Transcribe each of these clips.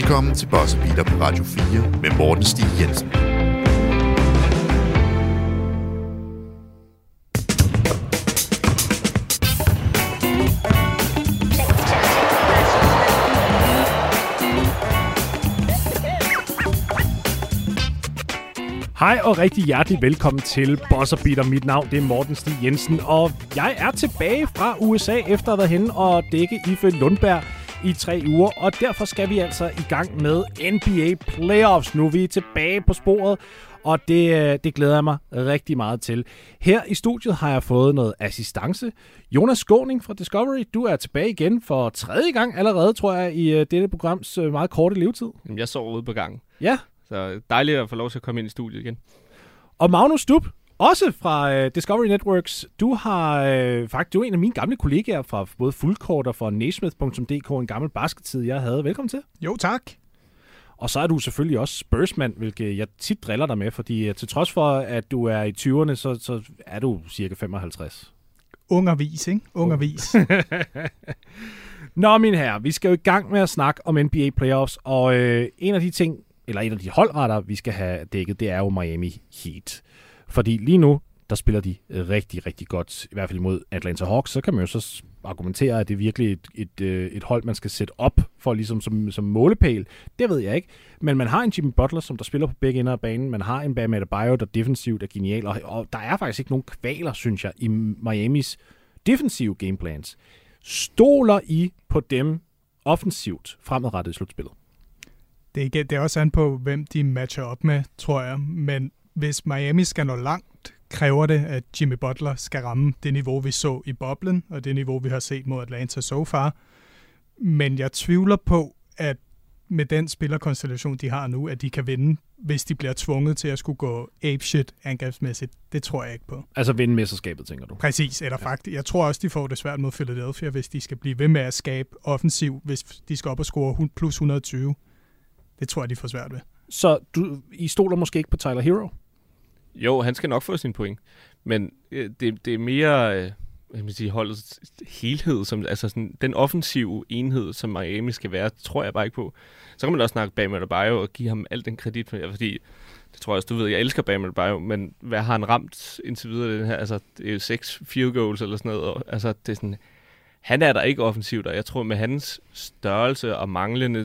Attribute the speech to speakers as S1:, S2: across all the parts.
S1: Velkommen til Buzzer Beater på Radio 4 med Morten Stig Jensen.
S2: Hej og rigtig hjertelig velkommen til Buzzer Beater. Mit navn det er Morten Stig Jensen, og jeg er tilbage fra USA efter at have været henne og dække Ife Lundberg i 3 uger, og derfor skal vi altså i gang med NBA Playoffs. Nu er vi tilbage på sporet, og det glæder jeg mig rigtig meget til. Her i studiet har jeg fået noget assistance. Jonas Skåning fra Discovery, du er tilbage igen for 3. gang allerede, tror jeg, i dette programs meget korte levetid.
S3: Jeg sover ude på gangen.
S2: Ja.
S3: Så dejligt at få lov til at komme ind i studiet igen.
S2: Og Magnus Stub, også fra Discovery Networks. Du er en af mine gamle kollegaer fra både Fullcourt og fra Naismith.dk, en gammel baskettid, jeg havde. Velkommen til.
S4: Jo, tak.
S2: Og så er du selvfølgelig også Spursmand, hvilket jeg tit driller dig med, fordi til trods for, at du er i 20'erne, så er du cirka 55.
S4: Ungervis, ikke? Ungervis.
S2: Nå, mine herrer, vi skal jo i gang med at snakke om NBA Playoffs, og en af de holdretter, vi skal have dækket, det er jo Miami Heat. Fordi lige nu, der spiller de rigtig, rigtig godt, i hvert fald imod Atlanta Hawks. Så kan man jo så argumentere, at det er virkelig et hold, man skal sætte op for ligesom som målepæl. Det ved jeg ikke. Men man har en Jimmy Butler, som der spiller på begge ender af banen. Man har en Bam Adebayo, der defensivt er genial. Og der er faktisk ikke nogen kvaler, synes jeg, i Miamis defensive gameplans. Stoler I på dem offensivt fremadrettet i slutspillet?
S4: Det er også an på, hvem de matcher op med, tror jeg. Men hvis Miami skal nå langt, kræver det, at Jimmy Butler skal ramme det niveau, vi så i boblen, og det niveau, vi har set mod Atlanta so far. Men jeg tvivler på, at med den spillerkonstellation, de har nu, at de kan vinde, hvis de bliver tvunget til at skulle gå apeshit angrebsmæssigt. Det tror jeg ikke på.
S2: Altså vinde mesterskabet, tænker du?
S4: Præcis, eller faktisk. Jeg tror også, de får det svært mod Philadelphia, hvis de skal blive ved med at skabe offensiv, hvis de skal op og score plus 120. Det tror jeg, de får svært ved.
S2: Så I stoler måske ikke på Tyler Hero?
S3: Jo, han skal nok få sin point. Men det er mere holdets helhed, som, altså sådan, den offensive enhed, som Miami skal være, tror jeg bare ikke på. Så kan man også snakke Bam Adebayo og give ham al den kredit, fordi det tror jeg også, du ved, jeg elsker Bam Adebayo, men hvad har han ramt indtil videre den her? Altså, det er jo 6 field goals eller sådan noget. Og, altså, det er sådan, han er der ikke offensivt, og jeg tror med hans størrelse og manglende,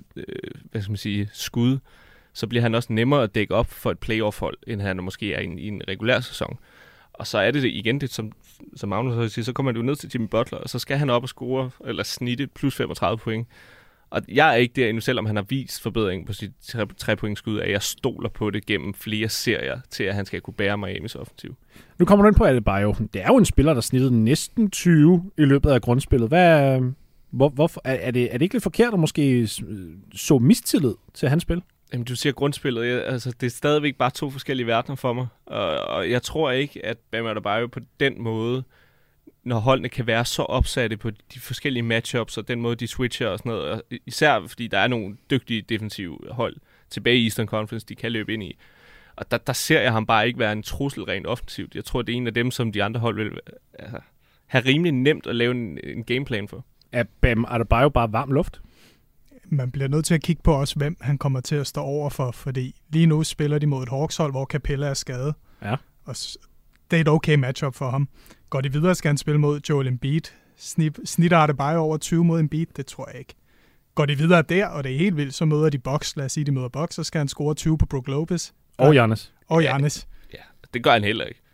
S3: skud, så bliver han også nemmere at dække op for et playoff-hold, end han måske er i en regulær sæson. Og så er det igen, det, som Magnus har sagt, så kommer han jo ned til Jimmy Butler, og så skal han op og score, eller snitte plus 35 point. Og jeg er ikke der endnu, selvom han har vist forbedring på sit 3-pointsskud, at jeg stoler på det gennem flere serier, til at han skal kunne bære Miamis offensiv. Nu
S2: kommer du ind på Adebayo. Det er jo en spiller, der snittede næsten 20 i løbet af grundspillet. Hvorfor er det ikke lidt forkert at måske så mistillid til hans spil?
S3: Jamen, du siger grundspillet. Det er stadigvæk bare 2 forskellige verdener for mig. Og jeg tror ikke, at Bam Adebayo på den måde, når holdene kan være så opsatte på de forskellige matchups, og den måde, de switcher og sådan noget. Og især fordi der er nogle dygtige defensive hold tilbage i Eastern Conference, de kan løbe ind i. Og der ser jeg ham bare ikke være en trussel rent offensivt. Jeg tror, det er en af dem, som de andre hold vil have rimelig nemt at lave en gameplan for.
S2: Er Bam Adebayo bare varm luft?
S4: Man bliver nødt til at kigge på også, hvem han kommer til at stå over for, fordi lige nu spiller de mod et Hawks-hold, hvor Capella er skadet.
S2: Ja.
S4: Og det er et okay matchup for ham. Går de videre, skal han spille mod Joel Embiid. Snitter Adebayo over 20 mod Embiid? Det tror jeg ikke. Går de videre der, og det er helt vildt, så møder de Bucks. Lad os sige, de møder Bucks, så skal han score 20 på Brook Lopez.
S2: Og Giannis.
S3: Ja, det gør han heller ikke.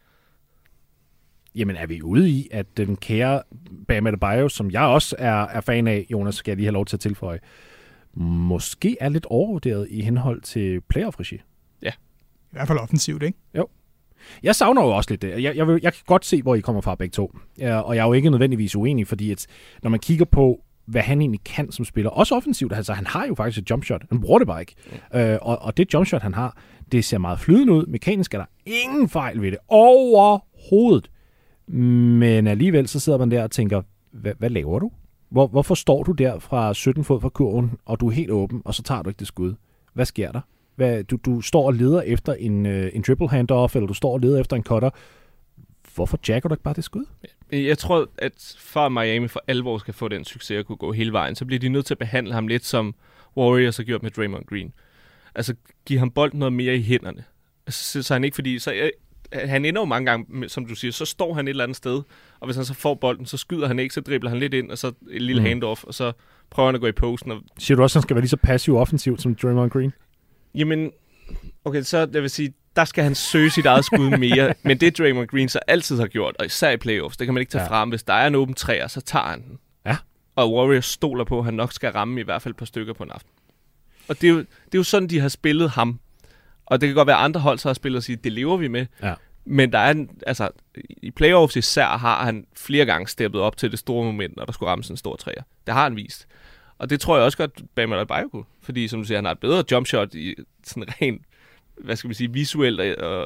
S2: Jamen, er vi ude i, at den kære Bam Adebayo, som jeg også er fan af, Jonas, skal jeg lige have lov til at tilføje, måske er lidt overvurderet i henhold til playoff-regi?
S3: Ja.
S4: I hvert fald offensivt, ikke?
S2: Jo. Jeg savner jo også lidt det. Jeg kan godt se, hvor I kommer fra begge to. Og jeg er jo ikke nødvendigvis uenig, fordi at, når man kigger på, hvad han egentlig kan som spiller, også offensivt, altså han har jo faktisk et jumpshot. Han bruger det bare ikke. Og det jumpshot, han har, det ser meget flydende ud. Mekanisk er der ingen fejl ved det. Overhovedet. Men alligevel så sidder man der og tænker, hvad laver du? Hvorfor står du der fra 17 fod fra kurven, og du er helt åben, og så tager du ikke det skud? Hvad sker der? Du står og leder efter en triple handoff, eller du står og leder efter en cutter. hvorfor jacker du ikke bare det skud?
S3: Jeg tror, at for Miami for alvor skal få den succes at kunne gå hele vejen, så bliver de nødt til at behandle ham lidt som Warriors har gjort med Draymond Green. Altså, give ham bolden noget mere i hænderne. Altså, så han ikke, fordi han ender jo mange gange, som du siger, så står han et eller andet sted, og hvis han så får bolden, så skyder han ikke, så dribler han lidt ind, og så et lille handoff, og så prøver han at gå i posten. Og...
S2: Siger du også, at han skal være lige så passiv offensivt som Draymond Green?
S3: Jamen, okay, så jeg vil sige, der skal han søge sit eget skud mere, men det Draymond Green så altid har gjort, og især i playoffs, det kan man ikke tage frem. Hvis der er en åben træer, så tager han den.
S2: Ja.
S3: Og Warriors stoler på, at han nok skal ramme i hvert fald et par stykker på en aften. Og det er jo sådan, de har spillet ham. Og det kan godt være, andre hold så har spillet og sige, det lever vi med. Ja. Men der er i playoffs især har han flere gange steppet op til det store moment, når der skulle ramme sådan en stor træer. Det har han vist. Og det tror jeg også godt, Bam Adebayo kunne. Fordi, som du siger, han har et bedre jumpshot i sådan rent, hvad skal vi sige, visuelt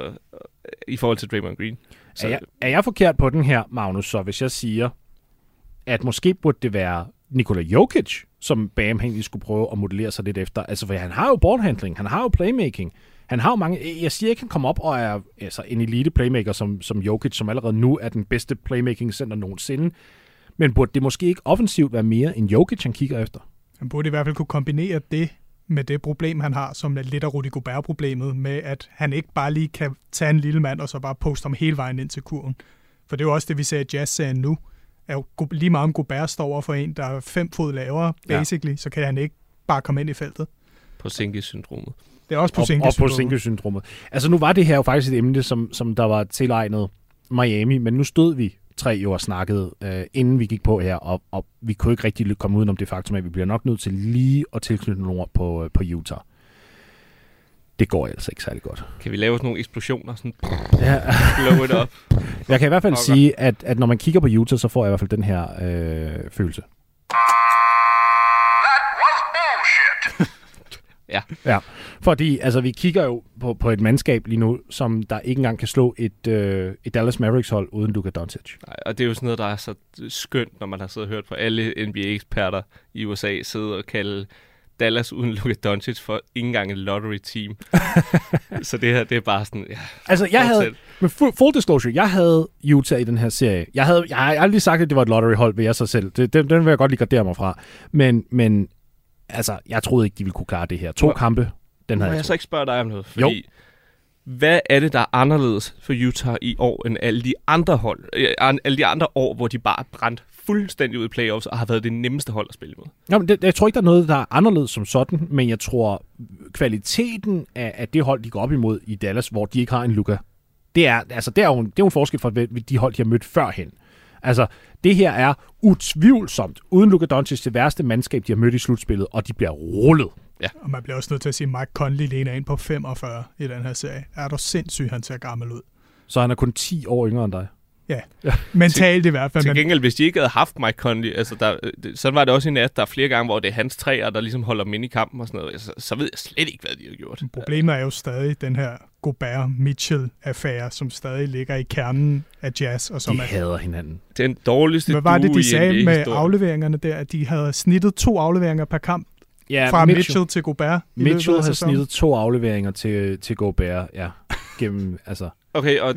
S3: i forhold til Draymond Green. Så...
S2: Er jeg forkert på den her, Magnus, så hvis jeg siger, at måske burde det være Nikola Jokic, som Bam egentlig skulle prøve at modellere sig lidt efter. Altså, for han har jo ballhandling, han har jo playmaking, han har jo mange... Jeg siger ikke, han kommer op og er en elite playmaker som Jokic, som allerede nu er den bedste playmaking-center nogensinde. Men burde det måske ikke offensivt være mere end Jokic, han kigger efter?
S4: Han burde i hvert fald kunne kombinere det med det problem, han har, som er lidt af Rudy Gobert-problemet, med at han ikke bare lige kan tage en lille mand og så bare poste ham hele vejen ind til kurven. For det er jo også det, vi ser i Jazz-serien nu. Er jo lige meget om Gobert står over for en, der er 5 fod lavere, basically, så kan han ikke bare komme ind i feltet.
S3: Porzingis-syndromet.
S4: Det er også Porzingis-syndromet.
S2: Altså nu var det her jo faktisk et emne, som der var tilegnet Miami, men nu stod vi 3 jo og snakkede, inden vi gik på her, og vi kunne ikke rigtig komme udenom det faktum, at vi bliver nok nødt til lige at tilknytte nogle ord på Utah. Det går altså ikke særlig godt.
S3: Kan vi lave sådan nogle eksplosioner? Sådan, blow it up.
S2: Jeg kan i hvert fald sige, at når man kigger på Utah, så får jeg i hvert fald den her følelse.
S1: That was bullshit.
S2: Ja, fordi altså, vi kigger jo på et mandskab lige nu, som der ikke engang kan slå et Dallas Mavericks-hold uden Luka Doncic.
S3: Nej, og det er jo sådan noget, der er så skønt, når man har siddet og hørt på alle NBA-eksperter i USA sidde og kalde Dallas uden Luka Doncic for ikke engang en lottery-team. Så det her, det er bare sådan... Ja,
S2: altså, jeg havde... Med full disclosure, jeg havde Utah i den her serie. Jeg har aldrig sagt, at det var et lottery-hold ved jeg sig selv. Den vil jeg godt lige gardere mig fra. Men altså, jeg troede ikke, de ville kunne klare det her. 2 kampe, den havde jeg
S3: så ikke spørge dig om noget? Fordi, hvad er det, der er anderledes for Utah i år, end alle de andre hold? Alle de andre år, hvor de bare er brændt fuldstændig ud i playoffs, og har været det nemmeste hold at spille med?
S2: Jamen, jeg tror ikke, der er noget, der er anderledes som sådan, men jeg tror, kvaliteten af det hold, de går op imod i Dallas, hvor de ikke har en Luka, det er jo en forskel fra de hold, de har mødt førhen. Altså, det her er utvivlsomt, uden Luka Doncic, det værste mandskab, de har mødt i slutspillet, og de bliver rullet.
S4: Ja. Og man bliver også nødt til at sige, at Mike Conley ligner ind på 45 i den her serie. Er du sindssygt, han ser gammel ud?
S2: Så han er kun 10 år yngre end dig?
S4: Ja, mentalt i hvert fald.
S3: Til gengæld, hvis de ikke havde haft Mike Conley, altså sådan var det også i nat, der er flere gange, hvor det er hans træer, der ligesom holder dem inde i kampen og sådan noget, så ved jeg slet ikke, hvad de har gjort.
S4: Problemet er jo stadig den her Gobert-Mitchell-affære, som stadig ligger i kernen af Jazz. Og som
S2: de hader hinanden.
S3: Den dårligste
S4: duo i NBA-historien. Hvad var det, de sagde med afleveringerne der, at de havde snittet 2 afleveringer per kamp? Ja, fra Mitchell til Gobert.
S2: Mitchell har snittet 2 afleveringer til Gobert, ja. Gennem, altså.
S3: Okay, og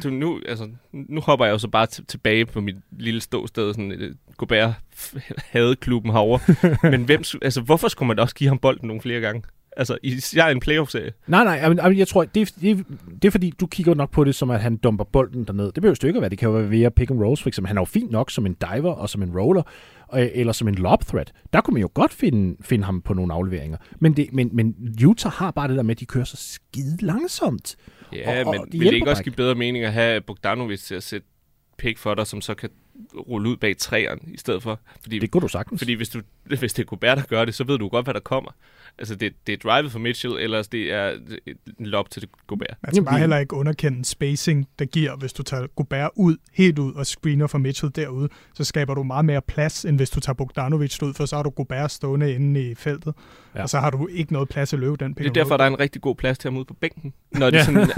S3: nu hopper jeg jo så bare tilbage på mit lille ståsted, sådan Gobert havde klubben herovre. Men hvorfor skulle man også give ham bolden nogle flere gange? Altså, jeg er en playoff-serie.
S2: Nej, jeg tror, det er fordi, du kigger nok på det, som at han dumper bolden derned. Det behøver jo ikke være. Det kan jo være via pick and rolls, for eksempel. Han er jo fint nok som en diver og som en roller, eller som en lob threat. Der kunne man jo godt finde ham på nogle afleveringer. Men Utah har bare det der med, at de kører så skide langsomt.
S3: Ja, men vil det ikke også give bedre mening at have Bogdanovic til at sætte pick for dig, som så kan rulle ud bag træerne i stedet for? Fordi,
S2: det kunne du sagtens.
S3: Fordi hvis det er Gobert, der gør det, så ved du godt, hvad der kommer. Altså, det er drivet for Mitchell, eller det er en lob til Gobert.
S4: Man skal bare heller ikke underkende spacing, der giver, hvis du tager Gobert helt ud og screener for Mitchell derude, så skaber du meget mere plads, end hvis du tager Bogdanovic ud, for så har du Gobert stående inde i feltet, og så har du ikke noget plads at løbe den pick.
S3: Det er derfor, der er en rigtig god plads til ham ude på bænken. Når det sådan,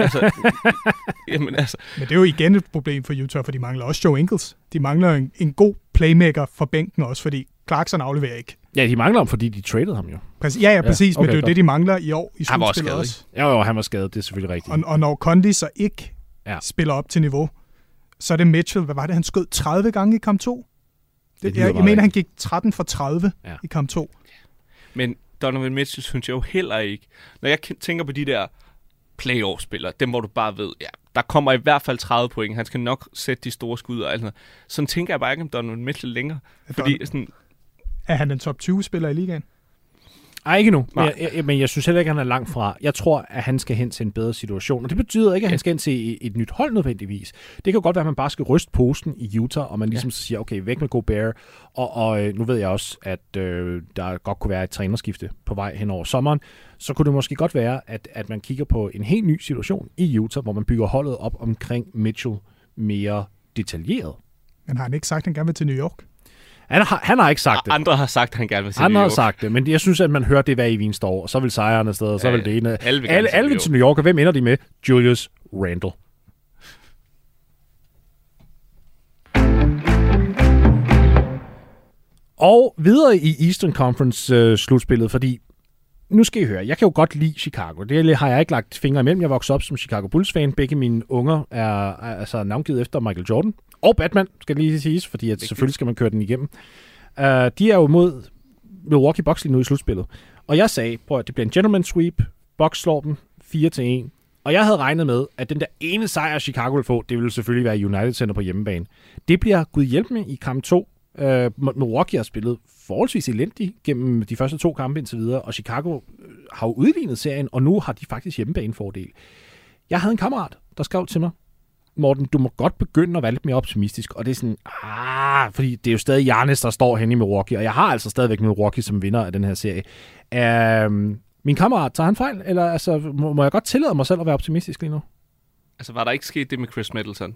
S4: Men det er jo igen et problem for Utah, for de mangler også Joe Ingles. De mangler en god playmaker for bænken også, fordi Clarkson afleverer ikke.
S2: Ja, de mangler ham, fordi de traded ham jo.
S4: Præcis, præcis, okay, men det er jo det, de mangler i år i slutspillet også.
S2: Jo, han var skadet, det er selvfølgelig rigtigt.
S4: Og når Conley så ikke spiller op til niveau, Så er det Mitchell. Hvad var det? Han skød 30 gange i kamp 2? Jeg mener, han gik 13 for 30 i kamp 2.
S3: Men Donovan Mitchell synes jeg jo heller ikke. Når jeg tænker på de der playoff-spillere, dem hvor du bare ved, ja, der kommer i hvert fald 30 point. Han skal nok sætte de store skud og alt sådan. Sådan tænker jeg bare ikke om Donovan Mitchell længere. Fordi sådan...
S4: Er han en top 20-spiller i ligaen?
S2: Ej, ikke nu. Men jeg synes heller ikke, at han er langt fra. Jeg tror, at han skal hen til en bedre situation. Og det betyder ikke, at han skal hen til et nyt hold nødvendigvis. Det kan godt være, at man bare skal ryste posten i Utah, og man ligesom siger, okay, væk med Gobert. Og nu ved jeg også, at der godt kunne være et trænerskifte på vej hen over sommeren. Så kunne det måske godt være, at man kigger på en helt ny situation i Utah, hvor man bygger holdet op omkring Mitchell mere detaljeret.
S4: Men har han ikke sagt, at han gerne vil til New York?
S2: Han har ikke sagt det.
S3: Andre har sagt, at han gerne vil til
S2: New York.
S3: Andre
S2: har sagt det, men jeg synes, at man hører det hver evig år, og så vil sejren afsted, og så vil det ene. Alle vil til New York, og hvem ender de med? Julius Randle. Og videre i Eastern Conference slutspillet, fordi nu skal I høre, jeg kan jo godt lide Chicago. Det har jeg ikke lagt fingre imellem. Jeg voksede op som Chicago Bulls-fan. Begge mine unger er altså navngivet efter Michael Jordan. Og Batman, skal lige siges, fordi at selvfølgelig skal man køre den igennem. De er jo mod Milwaukee Bucks lige nu i slutspillet. Og jeg sagde, prøv at det bliver en gentleman sweep. Bucks slår dem 4-1. Og jeg havde regnet med, at den der ene sejr, Chicago vil få, det ville selvfølgelig være United Center på hjemmebane. Det bliver Gud hjælp med i kamp 2. Milwaukee har spillet forholdsvis elendigt gennem de første 2 kampe indtil videre, og Chicago har jo udlignet serien, og nu har de faktisk hjemmebanefordel. Jeg havde en kammerat, der skrev til mig, Morten, du må godt begynde at være lidt mere optimistisk, og det er sådan, fordi det er jo stadig Giannis, der står henne i Milwaukee, og jeg har altså stadigvæk Milwaukee som vinder af den her serie. Min kammerat, tager han fejl, eller altså, må jeg godt tillade mig selv at være optimistisk lige nu?
S3: Altså, var der ikke sket det med Chris Middleton,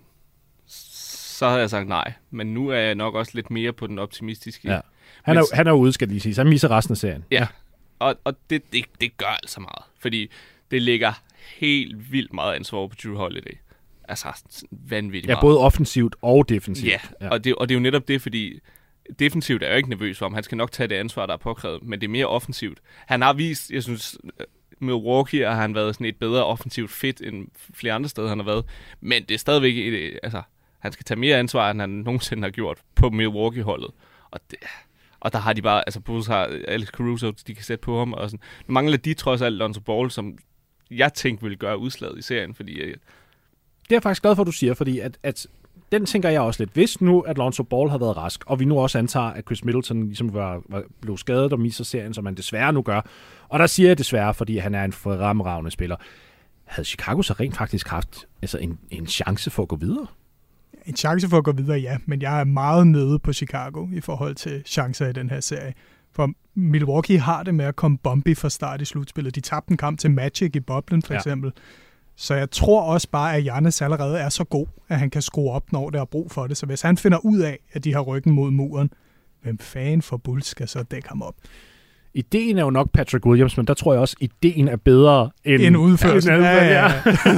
S3: så havde jeg sagt nej, men nu er jeg nok også lidt mere på den optimistiske. Ja.
S2: Han er jo ude, skal lige sige, så han misser resten af serien.
S3: Ja, og det gør altså meget, fordi det ligger helt vildt meget ansvar på Drew Holiday. Altså vanvittigt meget.
S2: Ja, både offensivt og defensivt.
S3: Ja. Og det er jo netop det, fordi defensivt er jeg jo ikke nervøs for ham. Han skal nok tage det ansvar, der er påkrævet, men det er mere offensivt. Han har vist, jeg synes, Milwaukee har han været sådan et bedre offensivt fit end flere andre steder, han har været. Men det er stadigvæk, han skal tage mere ansvar, end han nogensinde har gjort på Milwaukee-holdet. Og der har de bare, altså Bulls har Alex Caruso, de kan sætte på ham. Og sådan. Nu mangler de trods alt Lonzo Ball, som jeg tænkte ville gøre udslaget i serien, fordi...
S2: Det er jeg faktisk glad for, at du siger, fordi at den tænker jeg også lidt. Hvis nu, at Lonzo Ball har været rask, og vi nu også antager, at Chris Middleton ligesom blev skadet og misser serien, som han desværre nu gør, og der siger jeg desværre, fordi han er en fremragende spiller, havde Chicago så rent faktisk haft altså en chance for at gå videre?
S4: En chance for at gå videre, ja, men jeg er meget nede på Chicago i forhold til chancer i den her serie. For Milwaukee har det med at komme bumpy fra start i slutspillet. De tabte en kamp til Magic i boblen, for eksempel. Så jeg tror også bare, at Giannis allerede er så god, at han kan skrue op, når der er brug for det. Så hvis han finder ud af, at de har ryggen mod muren, hvem fanden for Bulls skal så dække ham op?
S2: Ideen er jo nok Patrick Williams, men der tror jeg også, at ideen er bedre end
S4: udførelsen.
S2: Ja.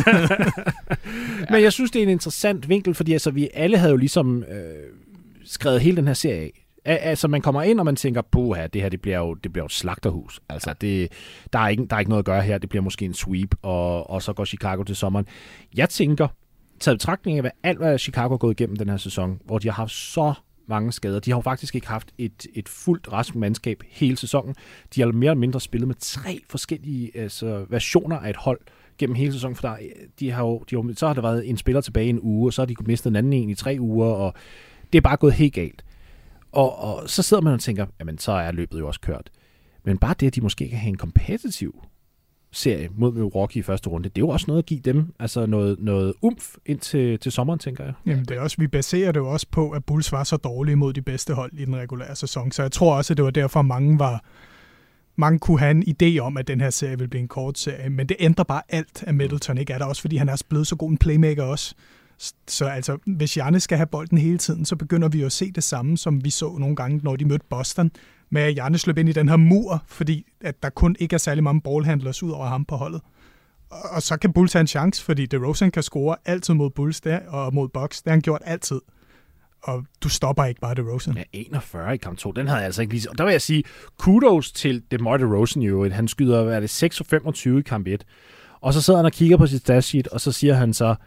S2: Men jeg synes, det er en interessant vinkel, fordi altså, vi alle havde jo ligesom skrevet hele den her serie af. Altså, man kommer ind, og man tænker, puha, det her det bliver jo et slagterhus. Altså, der er ikke noget at gøre her. Det bliver måske en sweep, og så går Chicago til sommeren. Jeg tænker, taget betragtning af alt, hvad Chicago har gået igennem den her sæson, hvor de har haft så mange skader. De har jo faktisk ikke haft et fuldt rask mandskab hele sæsonen. De har mere eller mindre spillet med 3 forskellige versioner af et hold gennem hele sæsonen, for så har der været en spiller tilbage i en uge, og så har de mistet en anden en i 3 uger, og det er bare gået helt galt. Og så sidder man og tænker, jamen så er løbet jo også kørt. Men bare det, at de måske kan have en kompetitiv serie mod Milwaukee i første runde, det er jo også noget at give dem altså noget umf ind til sommeren, tænker jeg.
S4: Jamen det er også, vi baserer det jo også på, at Bulls var så dårlige mod de bedste hold i den regulære sæson. Så jeg tror også, at det var derfor, mange kunne have en idé om, at den her serie ville blive en kort serie. Men det ændrer bare alt, at Middleton ikke er der, også fordi han er blevet så god en playmaker også. Så altså, hvis Giannis skal have bolden hele tiden, så begynder vi jo at se det samme, som vi så nogle gange, når de mødte Boston, med at Giannis løb ind i den her mur, fordi at der kun ikke er særlig mange ballhandlers ud over ham på holdet. Og så kan Bulls have en chance, fordi DeRozan kan score altid mod Bulls der, og mod Bucks. Det har han gjort altid. Og du stopper ikke bare DeRozan.
S2: Ja, 41 i kamp 2, den havde jeg altså ikke lige... Og der vil jeg sige, kudos til DeMar DeRozan jo. Han skyder, 6 og 25 i kamp 1. Og så sidder han og kigger på sit stat sheet, og så siger han så,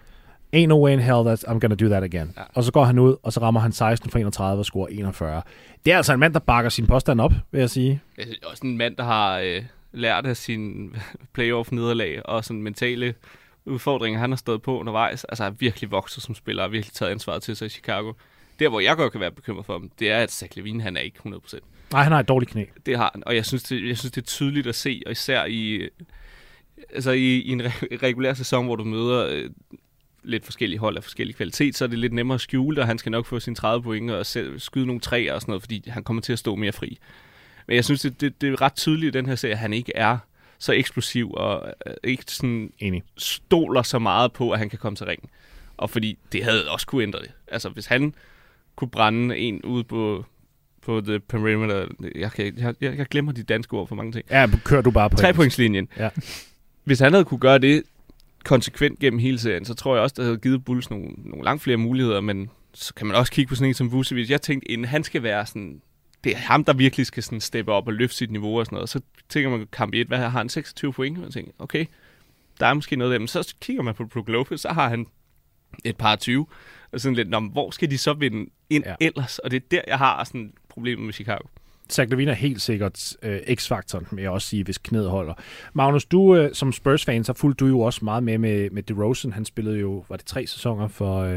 S2: Ain't no way in hell that I'm gonna do that again.
S3: Ja.
S2: Og så går han ud, og så rammer han 16 for 31 og scorer 41. Det er altså en mand, der bakker sin påstand op, vil jeg sige.
S3: Det er også en mand, der har lært af sin playoff-nederlag og sådan mentale udfordringer, han har stået på undervejs. Altså er virkelig vokset som spiller og virkelig taget ansvaret til sig i Chicago. Der, hvor jeg godt kan være bekymret for ham, det er, at Zach LaVine, han er ikke 100%.
S2: Nej, han har et dårligt knæ.
S3: Det har han, og jeg synes, det er tydeligt at se, og især i en regulær sæson, hvor du møder lidt forskellige hold af forskellig kvalitet, så er det lidt nemmere at skjule, og han skal nok få sine 30 point og skyde nogle træer og sådan noget, fordi han kommer til at stå mere fri. Men jeg synes, det er ret tydeligt i den her serie, at han ikke er så eksplosiv og ikke sådan stoler så meget på, at han kan komme til ringen. Og fordi det havde også kunne ændre det. Altså, hvis han kunne brænde en ude på the perimeter, jeg glemmer de danske ord for mange ting.
S2: Ja, kører du bare på
S3: 3-pointslinjen.
S2: Ja.
S3: Hvis han havde kunne gøre det konsekvent gennem hele serien, så tror jeg også, der havde givet Bulls nogle langt flere muligheder, men så kan man også kigge på sådan en som Vucevic. Jeg tænkte, inden han skal være sådan, det er ham, der virkelig skal sådan steppe op og løfte sit niveau og sådan noget. Og så tænker man, kamp 1, hvad har han? 26 point? Man tænker, okay, der er måske noget af dem. Så kigger man på Brook Lopez, så har han et par 20. Og sådan lidt, hvor skal de så vinde ind ellers? Og det er der, jeg har sådan problemer med Chicago.
S2: Zach LaVine er helt sikkert X-faktoren, vil jeg også sige, hvis knæet holder. Magnus, du som Spurs-fan, så fulgte du jo også meget med DeRozan. Han spillede jo, var det 3 sæsoner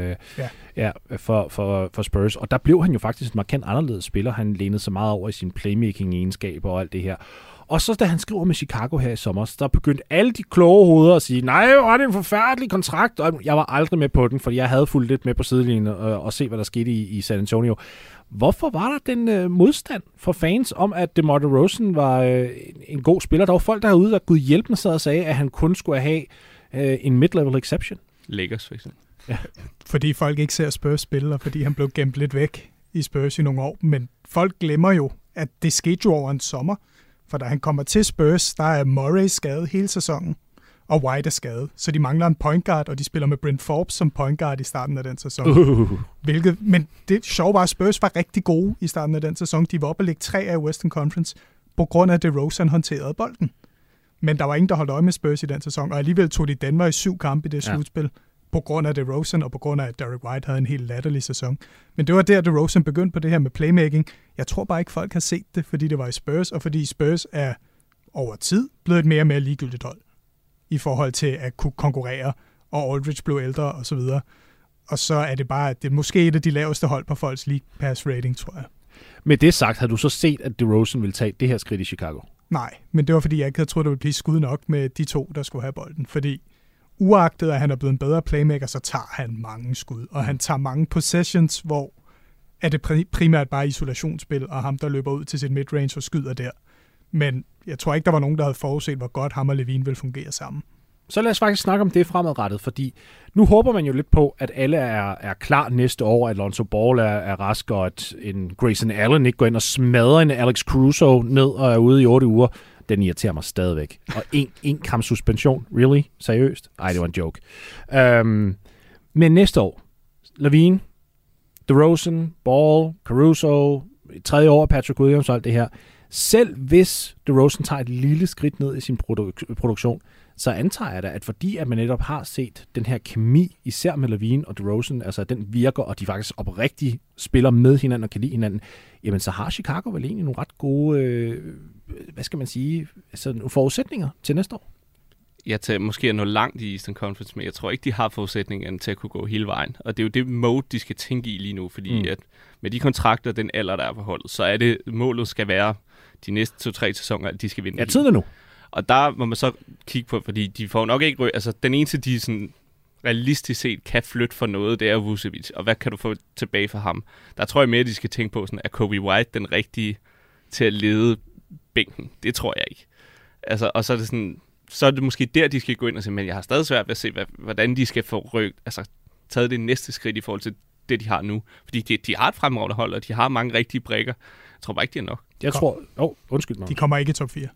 S2: for Spurs, og der blev han jo faktisk en markant anderledes spiller. Han lænede sig meget over i sin playmaking-egenskaber og alt det her. Og så da han skriver med Chicago her i sommer, der begyndte alle de kloge hoveder at sige, nej, var det en forfærdelig kontrakt, og jeg var aldrig med på den, fordi jeg havde fulgt lidt med på sidelinjen og se, hvad der skete i San Antonio. Hvorfor var der den modstand for fans om, at DeMar DeRozan var en god spiller? Der var folk derude, der Gud hjælp mig sad og sagde, at han kun skulle have en mid-level exception.
S3: Lakers for eksempel.
S4: Ja. Fordi folk ikke ser Spurs spille, og fordi han blev gemt lidt væk i Spurs i nogle år. Men folk glemmer jo, at det skete jo over en sommer. For da han kommer til Spurs, der er Murray skadet hele sæsonen, og White er skadet. Så de mangler en point guard, og de spiller med Brent Forbes som point guard i starten af den sæson. Men det sjove var, at Spurs var rigtig gode i starten af den sæson. De var oppe at ligge 3 af Western Conference, på grund af, at DeRozan håndterede bolden. Men der var ingen, der holdt øje med Spurs i den sæson, og alligevel tog de Denver i 7 kampe i det slutspil, på grund af DeRozan, og på grund af, at Derek White havde en helt latterlig sæson. Men det var der, DeRozan begyndte på det her med playmaking. Jeg tror bare ikke, folk har set det, fordi det var i Spurs, og fordi Spurs er over tid blevet et mere og mere ligegyldigt hold i forhold til at kunne konkurrere, og Aldridge blev ældre og så videre. Og så er det bare, at det er måske et af de laveste hold på folks league pass rating, tror jeg.
S2: Med det sagt, havde du så set, at DeRozan ville tage det her skridt i Chicago?
S4: Nej, men det var fordi, jeg ikke havde troet, der ville blive skud nok med de 2, der skulle have bolden. Fordi uagtet, at han er blevet en bedre playmaker, så tager han mange skud. Og han tager mange possessions, hvor er det primært bare isolationsspil, og ham, der løber ud til sit midrange og skyder der. Men jeg tror ikke, der var nogen, der havde forudset, hvor godt ham og LaVine ville fungere sammen.
S2: Så lad os faktisk snakke om det fremadrettet, fordi nu håber man jo lidt på, at alle er klar næste år, at Lonzo Ball er rask, og at en Grayson Allen ikke går ind og smadrer en Alex Caruso ned og er ude i 8 uger. Den irriterer mig stadigvæk. Og en kamp suspension, really? Seriøst? Ej, det var en joke. Men næste år, LaVine, DeRozan, Ball, Caruso, 3. år Patrick Williams og alt det her. Selv hvis DeRozan tager et lille skridt ned i sin produktion, så antager jeg da, at fordi at man netop har set den her kemi, især med LaVine og DeRozan, altså den virker, og de faktisk oprigtigt spiller med hinanden og kan lide hinanden, jamen så har Chicago vel egentlig nogle ret gode, hvad skal man sige, altså nogle forudsætninger til næste år.
S3: Jeg tager måske at nå langt i Eastern Conference, men jeg tror ikke, de har forudsætningerne til at kunne gå hele vejen. Og det er jo det mode, de skal tænke i lige nu, fordi at med de kontrakter, den alder, der er på holdet, så er det, målet skal være de næste 2-3 sæsoner, at de skal vinde.
S2: Ja, tiden er nu.
S3: Og der må man så kigge på, fordi de får nok ikke altså den eneste, de sådan realistisk set kan flytte for noget, det er Vucevic. Og hvad kan du få tilbage fra ham? Der tror jeg mere, de skal tænke på, sådan, er Kobe White den rigtige til at lede bænken? Det tror jeg ikke. Altså, og så er det sådan, så er det måske der, de skal gå ind og sige, men jeg har stadig svært ved at se, hvordan de skal få taget det næste skridt i forhold til det, de har nu. Fordi de har et fremragende hold, og de har mange rigtige brikker. Jeg tror bare ikke, de er nok.
S2: Jeg tror... undskyld mig.
S4: De kommer ikke i top 4.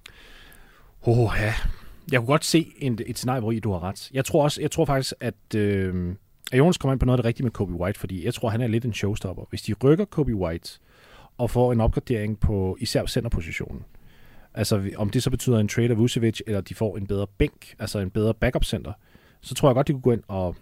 S2: Ja. Jeg kunne godt se et scenarie, hvor du har ret. Jeg tror faktisk, at Jonas kommer ind på noget af det rigtige med Kobe White, fordi jeg tror, han er lidt en showstopper. Hvis de rykker Kobe White og får en opgradering på især centerpositionen, altså om det så betyder en trade af Vucevic, eller de får en bedre bænk, altså en bedre backup center, så tror jeg godt, de kunne gå ind og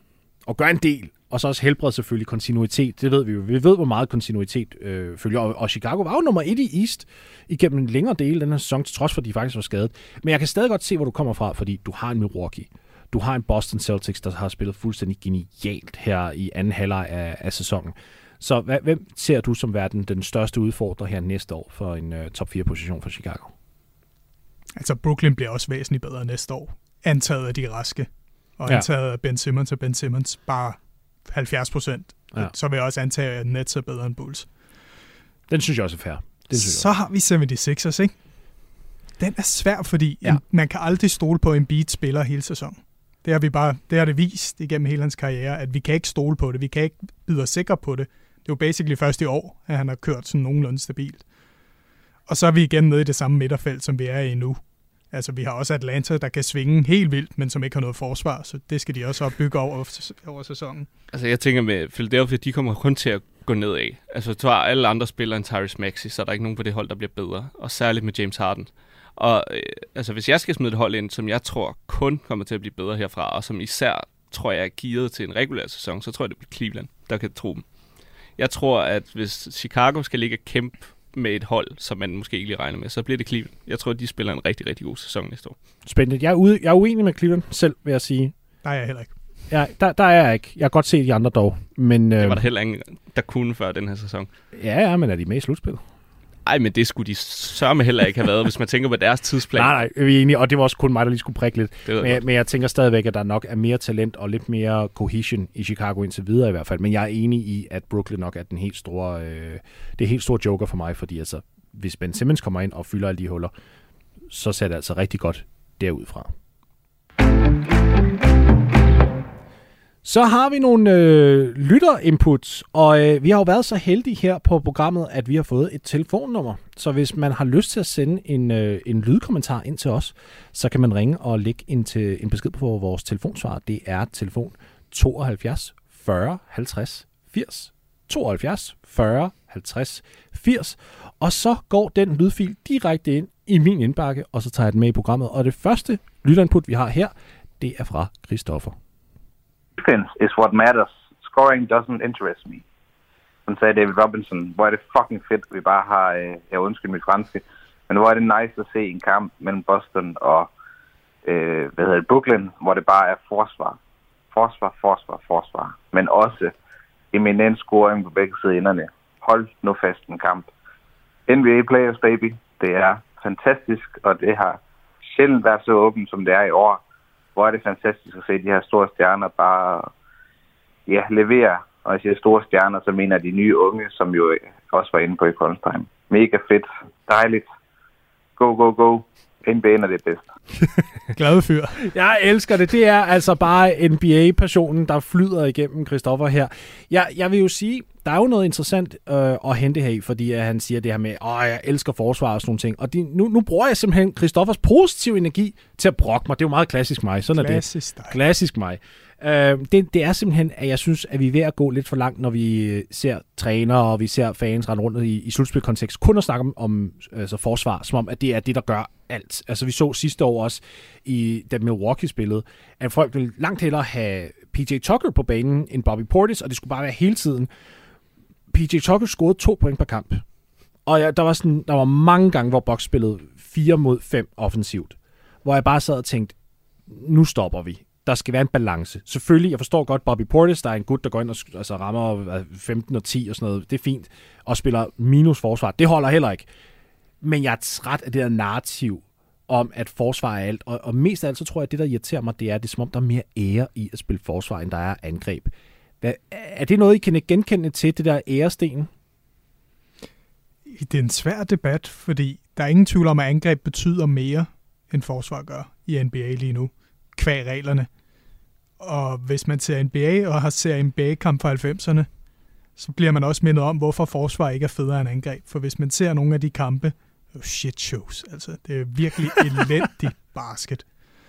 S2: og gør en del, og så også helbrede selvfølgelig kontinuitet. Det ved vi jo. Vi ved, hvor meget kontinuitet følger. Og Chicago var jo nummer 1 i East igennem en længere del af den her sæson, til trods for, at de faktisk var skadet. Men jeg kan stadig godt se, hvor du kommer fra, fordi du har en Milwaukee. Du har en Boston Celtics, der har spillet fuldstændig genialt her i anden halvleg af sæsonen. Så hvem ser du som være den største udfordrer her næste år for en top 4-position for Chicago?
S4: Altså, Brooklyn bliver også væsentligt bedre næste år. Antaget af de raske. Og antaget af Ben Simmons og Ben Simmons bare 70%. Ja. Så vil jeg også antage, at Nets er bedre end Bulls.
S2: Den synes jeg også er fair.
S4: Så har vi 76ers, ikke? Den er svær, fordi man kan aldrig stole på, at Embiid spiller hele sæsonen. Det har det vist igennem hele hans karriere, at vi kan ikke stole på det. Vi kan ikke byde os sikre på det. Det er jo basically først i år, at han har kørt sådan nogenlunde stabilt. Og så er vi igen nede i det samme midterfelt, som vi er i nu. Altså, vi har også Atlanta, der kan svinge helt vildt, men som ikke har noget forsvar, så det skal de også opbygge over sæsonen.
S3: Altså, jeg tænker med Philadelphia, de kommer kun til at gå nedad. Altså, så har alle andre spillere end Tyrese Maxey, så er der ikke nogen på det hold, der bliver bedre. Og særligt med James Harden. Og altså, hvis jeg skal smide et hold ind, som jeg tror kun kommer til at blive bedre herfra, og som især tror jeg er gearet til en regulær sæson, så tror jeg, det bliver Cleveland, der kan tro dem. Jeg tror, at hvis Chicago skal ligge og kæmpe med et hold, som man måske ikke lige regner med, så bliver det Cleveland. Jeg tror, de spiller en rigtig, rigtig god sæson næste år.
S2: Spændende. Jeg er uenig med Cleveland selv, vil jeg sige.
S4: Der er jeg heller ikke.
S2: Ja, der er jeg ikke. Jeg kan godt se de andre dog. Men,
S3: det var der heller ingen, der kunne før den her sæson.
S2: Ja, men er de med i slutspillet?
S3: Ej, men det skulle de sørme heller ikke have været, hvis man tænker på deres tidsplan.
S2: Nej, vi er enige, og det var også kun mig, der lige skulle prikke lidt. Men jeg tænker stadigvæk, at der nok er mere talent og lidt mere cohesion i Chicago indtil videre i hvert fald. Men jeg er enig i, at Brooklyn nok er den helt store, det er helt store joker for mig, fordi altså, hvis Ben Simmons kommer ind og fylder alle de huller, så ser det altså rigtig godt derudfra. Så har vi nogle lytterinputs, og vi har jo været så heldige her på programmet, at vi har fået et telefonnummer. Så hvis man har lyst til at sende en lydkommentar ind til os, så kan man ringe og lægge en besked på vores telefonsvar. Det er telefon 72 40 50 80. 72 40 50 80. Og så går den lydfil direkte ind i min indbakke, og så tager jeg den med i programmet. Og det første lytterinput, vi har her, det er fra Christoffer.
S5: Defense is what matters. Scoring doesn't interest me. Som sagde David Robinson, hvor er det fucking fedt, vi bare har, jeg undskylder mit franske, men hvor er det nice at se en kamp mellem Boston og Brooklyn, hvor det bare er forsvar, men også eminent scoring på begge sider. Hold nu fast en kamp. NBA Players, baby, det er fantastisk, og det har sjældent været så åbent, som det er i år. Hvor er det fantastisk at se de her store stjerner bare levere. Og jeg siger store stjerner, så mener de nye unge, som jo også var inde på i Collinstein. Mega fedt. Dejligt. Go. NBA'en er det bedste.
S4: Glad fyr.
S2: Jeg elsker det. Det er altså bare NBA-passionen, der flyder igennem Christoffer her. Jeg vil jo sige, der er jo noget interessant at hente her i, fordi han siger det her med, jeg elsker forsvar og sådan nogle ting. Og nu bruger jeg simpelthen Christoffers positive energi til at brokke mig. Det er jo meget klassisk mig. Sådan
S4: klassisk
S2: er det. Klassisk mig. Det er simpelthen, at jeg synes, at vi er ved at gå lidt for langt, når vi ser trænere og vi ser fans rende rundt i slutspilkontekst, kun at snakke om altså forsvar, som om, at det er det, der gør alt. Altså vi så sidste år også, da Milwaukee spillede, at folk ville langt hellere have PJ Tucker på banen end Bobby Portis, og det skulle bare være hele tiden. PJ Tucker scorede 2 point per kamp. Og der var mange gange, hvor Bucks spillede 4-5 offensivt, hvor jeg bare sad og tænkte, nu stopper vi. Der skal være en balance. Selvfølgelig, jeg forstår godt Bobby Portis, der er en gut, der går ind og rammer 15 og 10 og sådan noget. Det er fint. Og spiller minus forsvar. Det holder heller ikke. Men jeg er træt af det der narrativ om, at forsvar er alt. Og mest af alt, så tror jeg, at det, der irriterer mig, det er som om, der er mere ære i at spille forsvar, end der er angreb. Er det noget, I kan genkende til, det der æresten?
S4: Det er en svær debat, fordi der er ingen tvivl om, at angreb betyder mere, end forsvar gør i NBA lige nu. Kvæg reglerne. Og hvis man ser NBA og har ser NBA-kamp fra 90'erne, så bliver man også mindet om, hvorfor forsvar ikke er federe end angreb. For hvis man ser nogle af de kampe, shit shows, altså det er virkelig elendig basket.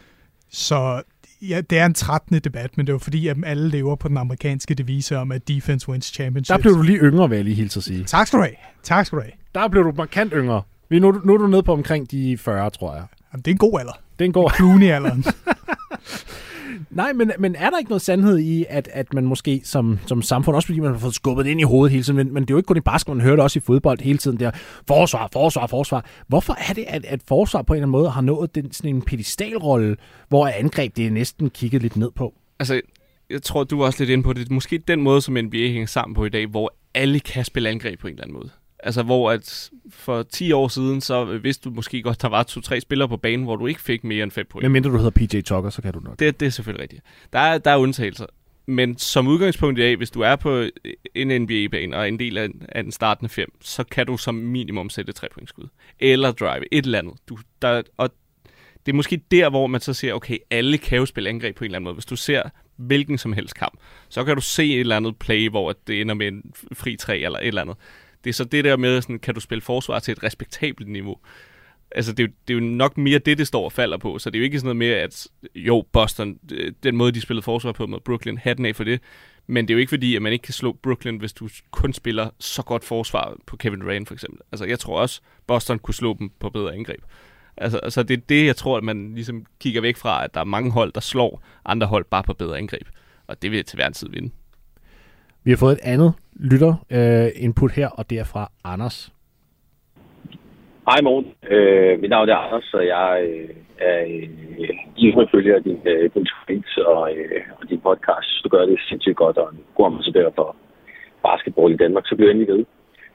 S4: Så ja, det er en 13. debat, men det er jo fordi, at alle lever på den amerikanske devise om, at defense wins championships.
S2: Der blev du lige yngre, vil jeg lige hilse at sige.
S4: Tak skal du have.
S2: Der blev du markant yngre. Nu er du nede på omkring de 40, tror jeg.
S4: Jamen, det er en god alder.
S2: Det er en god
S4: Clooney-alderen.
S2: Nej, men er der ikke noget sandhed i, at man måske som samfund, også fordi man har fået skubbet det ind i hovedet hele tiden, men det er jo ikke kun i basket, man hører det også i fodbold hele tiden der, forsvar. Hvorfor er det, at forsvar på en eller anden måde har nået sådan en pedestalrolle, hvor angreb det er næsten kigget lidt ned på?
S3: Altså, jeg tror, du var også lidt inde på det. Måske den måde, som NBA hænger sammen på i dag, hvor alle kan spille angreb på en eller anden måde. Altså, hvor at for 10 år siden, så vidste du måske godt, der var 2-3 spillere på banen, hvor du ikke fik mere end 5 point.
S2: Men mindre du hedder PJ Tucker, så kan du nok.
S3: Det er selvfølgelig rigtigt. Der er undtagelser. Men som udgangspunkt i dag, hvis du er på en NBA-bane og en del af den startende 5, så kan du som minimum sætte 3-pointsskud. Eller drive, et eller andet. Og det er måske der, hvor man så ser, okay, alle kan jo spille angreb på en eller anden måde. Hvis du ser hvilken som helst kamp, så kan du se et eller andet play, hvor det ender med en fri 3 eller et eller andet. Det er så det der med, sådan, kan du spille forsvar til et respektabelt niveau. Altså, det er jo nok mere det står og falder på. Så det er jo ikke sådan noget med, at jo, Boston, den måde, de spillede forsvar på mod Brooklyn, hatten af for det. Men det er jo ikke fordi, at man ikke kan slå Brooklyn, hvis du kun spiller så godt forsvar på Kevin Durant, for eksempel. Altså, jeg tror også, Boston kunne slå dem på bedre angreb. Altså det er det, jeg tror, at man ligesom kigger væk fra, at der er mange hold, der slår andre hold bare på bedre angreb. Og det vil til hver en tid vinde.
S2: Vi har fået et andet lytter-input her, og det er fra Anders.
S6: Hej morgen. Mit navn er Anders, og jeg er ivrig følger din tweets og din podcast. Du gør det sindssygt godt, og en god ambassadør for basketball i Danmark, så bliver jeg endelig ved.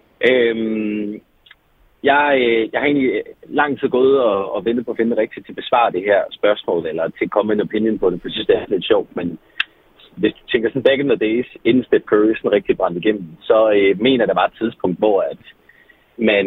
S6: Jeg har egentlig lang tid gået og ventet på at finde rigtigt til at besvare det her spørgsmål, eller til at komme en opinion på det, for jeg synes, det er lidt sjovt, men hvis du tænker sådan back in the days, inden Steph Curry sådan rigtig brændte igennem, så mener der var et tidspunkt, hvor at man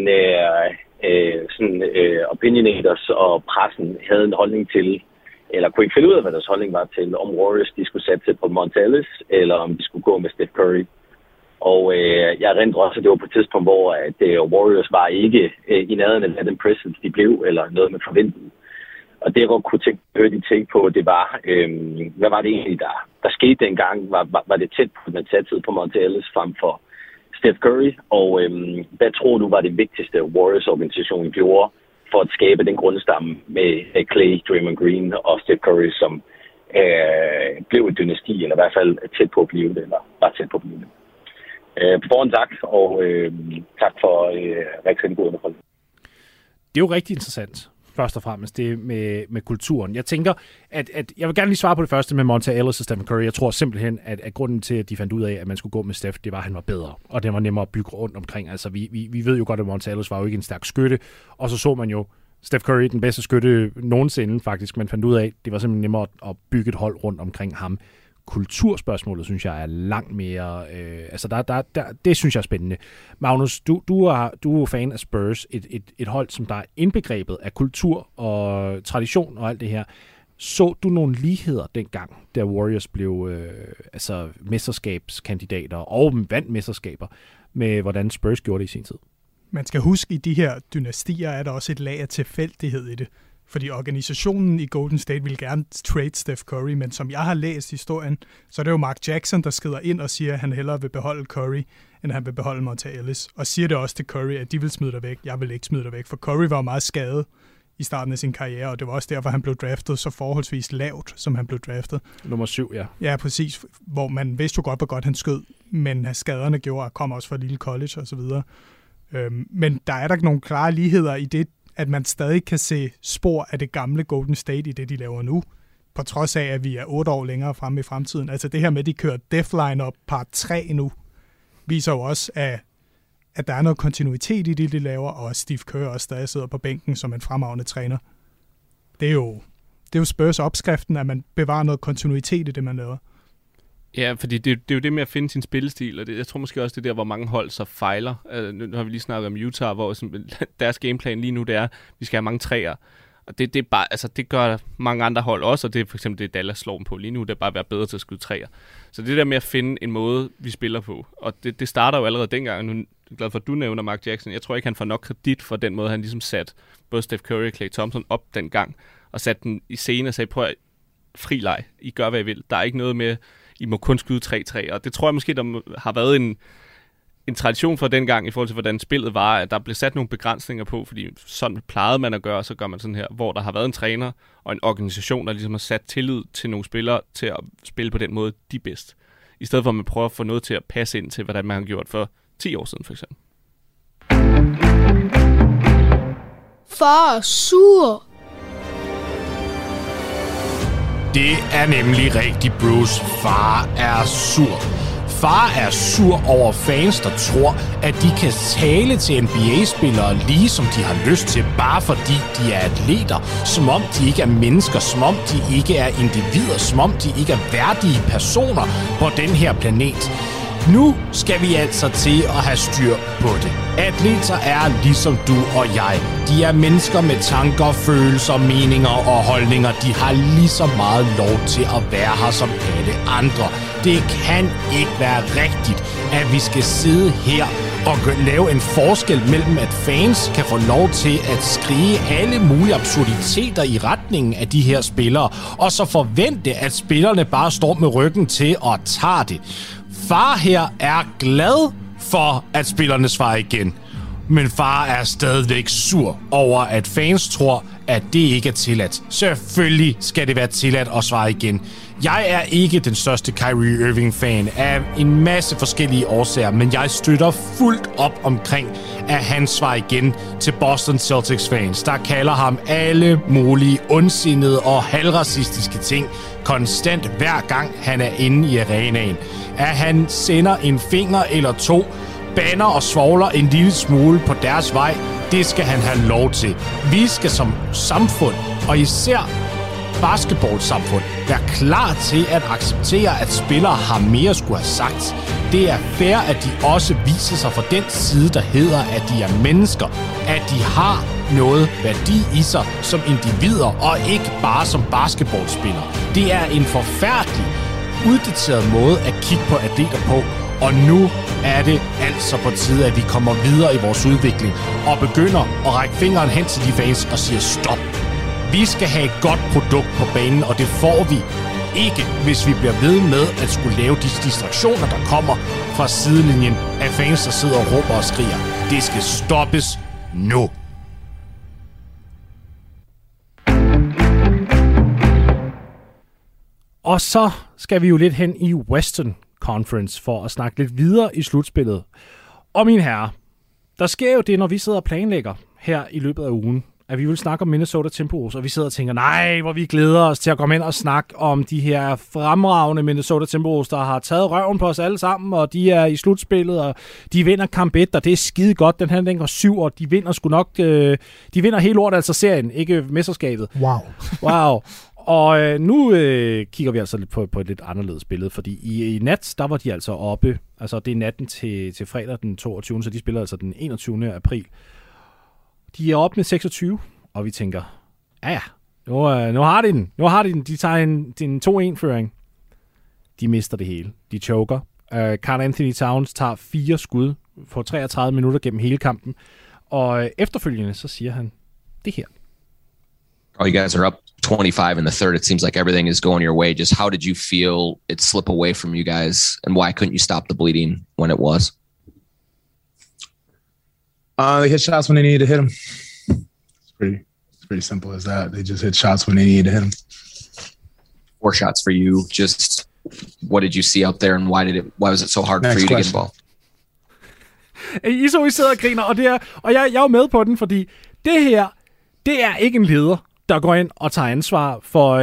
S6: opinionators og pressen havde en holdning til, eller kunne ikke finde ud af, hvad deres holdning var til, om Warriors de skulle satse på Monta Ellis, eller om de skulle gå med Steph Curry. Og jeg erindrer også, at det var på et tidspunkt, hvor at, Warriors var ikke i nærheden af den presence, de blev, eller noget med forventet. Og det, jeg godt kunne høre de tænke på, det var, hvad var det egentlig, der skete dengang? Var det tæt på, at man satsede på Monta Ellis frem for Steph Curry? Og hvad tror du var det vigtigste, Warriors-organisationen gjorde for at skabe den grundstamme med Clay, Draymond Green og Steph Curry, som blev et dynasti, eller i hvert fald tæt på at blive det, eller var tæt på at blive det? På forhånd tak, og tak for rigtig god underholdning.
S2: Det er jo rigtig interessant, først og fremmest, det med kulturen. Jeg tænker, at jeg vil gerne lige svare på det første med Monta Ellis og Stephen Curry. Jeg tror simpelthen, at grunden til, at de fandt ud af, at man skulle gå med Steph, det var, at han var bedre, og det var nemmere at bygge rundt omkring. Altså, vi ved jo godt, at Monta Ellis var jo ikke en stærk skytte, og så man jo Steph Curry, den bedste skytte nogensinde faktisk, man fandt ud af, at det var simpelthen nemmere at bygge et hold rundt omkring ham. Kulturspørgsmålet, synes jeg, er langt mere... det synes jeg er spændende. Magnus, du er fan af Spurs, et hold, som der er indbegrebet af kultur og tradition og alt det her. Så du nogle ligheder dengang, da Warriors blev mesterskabskandidater og vandt mesterskaber, med hvordan Spurs gjorde det i sin tid?
S4: Man skal huske, i de her dynastier er der også et lag af tilfældighed i det. Fordi organisationen i Golden State ville gerne trade Steph Curry, men som jeg har læst historien, så er det jo Mark Jackson, der skrider ind og siger, at han hellere vil beholde Curry, end han vil beholde Monta Ellis. Og siger det også til Curry, at de vil smide dig væk. Jeg vil ikke smide dig væk, for Curry var meget skadet i starten af sin karriere, og det var også derfor, han blev draftet så forholdsvis lavt, som han blev draftet.
S2: Nummer 7, ja.
S4: Ja, præcis. Hvor man vidste jo godt, hvor godt han skød, men skaderne gjorde, at kom også fra lille college og så videre. Men der er der nogle klare ligheder i det, at man stadig kan se spor af det gamle Golden State i det, de laver nu, på trods af, at vi er 8 år længere fremme i fremtiden. Altså det her med, at de kører Death Line-up part 3 nu, viser jo også, at der er noget kontinuitet i det, de laver, og at Steve Kerr også stadig sidder på bænken som en fremragende træner. Det er jo Spurs opskriften, at man bevarer noget kontinuitet i det, man laver.
S3: Ja, fordi det er jo det med at finde sin spillestil, og jeg tror måske også, det er der, hvor mange hold så fejler. Nu har vi lige snakket om Utah, hvor deres gameplan lige nu, det er, at vi skal have mange træer. Og det er bare, altså det gør mange andre hold også, og det er for eksempel det, Dallas slår dem på lige nu, det er bare at være bedre til at skyde træer. Så det der med at finde en måde, vi spiller på, og det starter jo allerede dengang. Nu er jeg glad for, at du nævner Mark Jackson. Jeg tror ikke, han får nok kredit for den måde, han ligesom satte både Steph Curry og Klay Thompson op dengang, og satte den i scene og sagde, prøv at fri leg, I gør, hvad I vil. Der er ikke noget med, I må kun skyde 3-3, og det tror jeg måske, der har været en en tradition fra dengang i forhold til, hvordan spillet var, at der blev sat nogle begrænsninger på, fordi sådan plejede man at gøre, så gør man sådan her, hvor der har været en træner og en organisation, der ligesom har sat tillid til nogle spillere til at spille på den måde, de er bedst. I stedet for, at man prøver at få noget til at passe ind til, hvordan man har gjort for 10 år siden, for eksempel.
S7: Far er sur.
S2: Det er nemlig rigtigt, Bruce. Far er sur. Far er sur over fans, der tror, at de kan tale til NBA-spillere lige som de har lyst til, bare fordi de er atleter, som om de ikke er mennesker, som om de ikke er individer, som om de ikke er værdige personer på den her planet. Nu skal vi altså til at have styr på det. Atleter er ligesom du og jeg. De er mennesker med tanker, følelser, meninger og holdninger. De har lige så meget lov til at være her som alle andre. Det kan ikke være rigtigt, at vi skal sidde her og lave en forskel mellem, at fans kan få lov til at skrige alle mulige absurditeter i retningen af de her spillere, og så forvente, at spillerne bare står med ryggen til og tager det. Far her er glad for, at spillerne svarer igen. Men far er stadigvæk sur over, at fans tror, at det ikke er tilladt. Selvfølgelig skal det være tilladt at svare igen. Jeg er ikke den største Kyrie Irving-fan af en masse forskellige årsager, men jeg støtter fuldt op omkring, at han svarer igen til Boston Celtics-fans, der kalder ham alle mulige ondsindede og halvracistiske ting konstant hver gang han er inde i arenaen. At han sender en finger eller to, banner og svogler en lille smule på deres vej, det skal han have lov til. Vi skal som samfund, og især basketballsamfund, være klar til at acceptere, at spillere har mere skulle have sagt. Det er fair, at de også viser sig fra den side, der hedder, at de er mennesker. At de har noget værdi i sig som individer, og ikke bare som basketballspillere. Det er en forfærdelig, uddateret måde at kigge på atleter på, og nu er det altså på tide, at vi kommer videre i vores udvikling og begynder at række fingeren hen til de fans og siger stop. Vi skal have et godt produkt på banen, og det får vi ikke, hvis vi bliver ved med at skulle lave de distraktioner, der kommer fra sidelinjen af fans, der sidder og råber og skriger. Det skal stoppes nu. Og så skal vi jo lidt hen i Western Conference for at snakke lidt videre i slutspillet. Og mine herrer, der sker jo det, når vi sidder og planlægger her i løbet af ugen, at vi vil snakke om Minnesota Timberwolves, og vi sidder og tænker, nej, hvor vi glæder os til at komme ind og snakke om de her fremragende Minnesota Timberwolves, der har taget røven på os alle sammen, og de er i slutspillet, og de vinder kamp 1, og det er skide godt. Den her, den går 7, og de vinder sgu nok, de vinder hele lortet, altså serien, ikke mesterskabet. Wow. Og nu kigger vi altså lidt på et lidt anderledes billede, fordi i nat, der var de altså oppe, altså det er natten til fredag den 22., så de spiller altså den 21. april. De er oppe med 26, og vi tænker, ja, nu har de den. De tager en 2-1-føring. De mister det hele. De choker. Karl Anthony Towns tager 4 skud for 33 minutter gennem hele kampen, og efterfølgende så siger han det her.
S8: Oh, you guys are up 25 in the third. It seems like everything is going your way. Just how did you feel it slip away from you guys, and why couldn't you stop the bleeding when it was?
S9: They hit shots when they needed to hit them. It's pretty simple as that. They just hit shots when they needed to hit them.
S8: 4 shots for you. Just what did you see out there, and why was it so hard for you to get involved?
S2: I sidder og griner, og jeg er jo med på den, fordi det her, det er ikke en leder, der går ind og tager ansvar for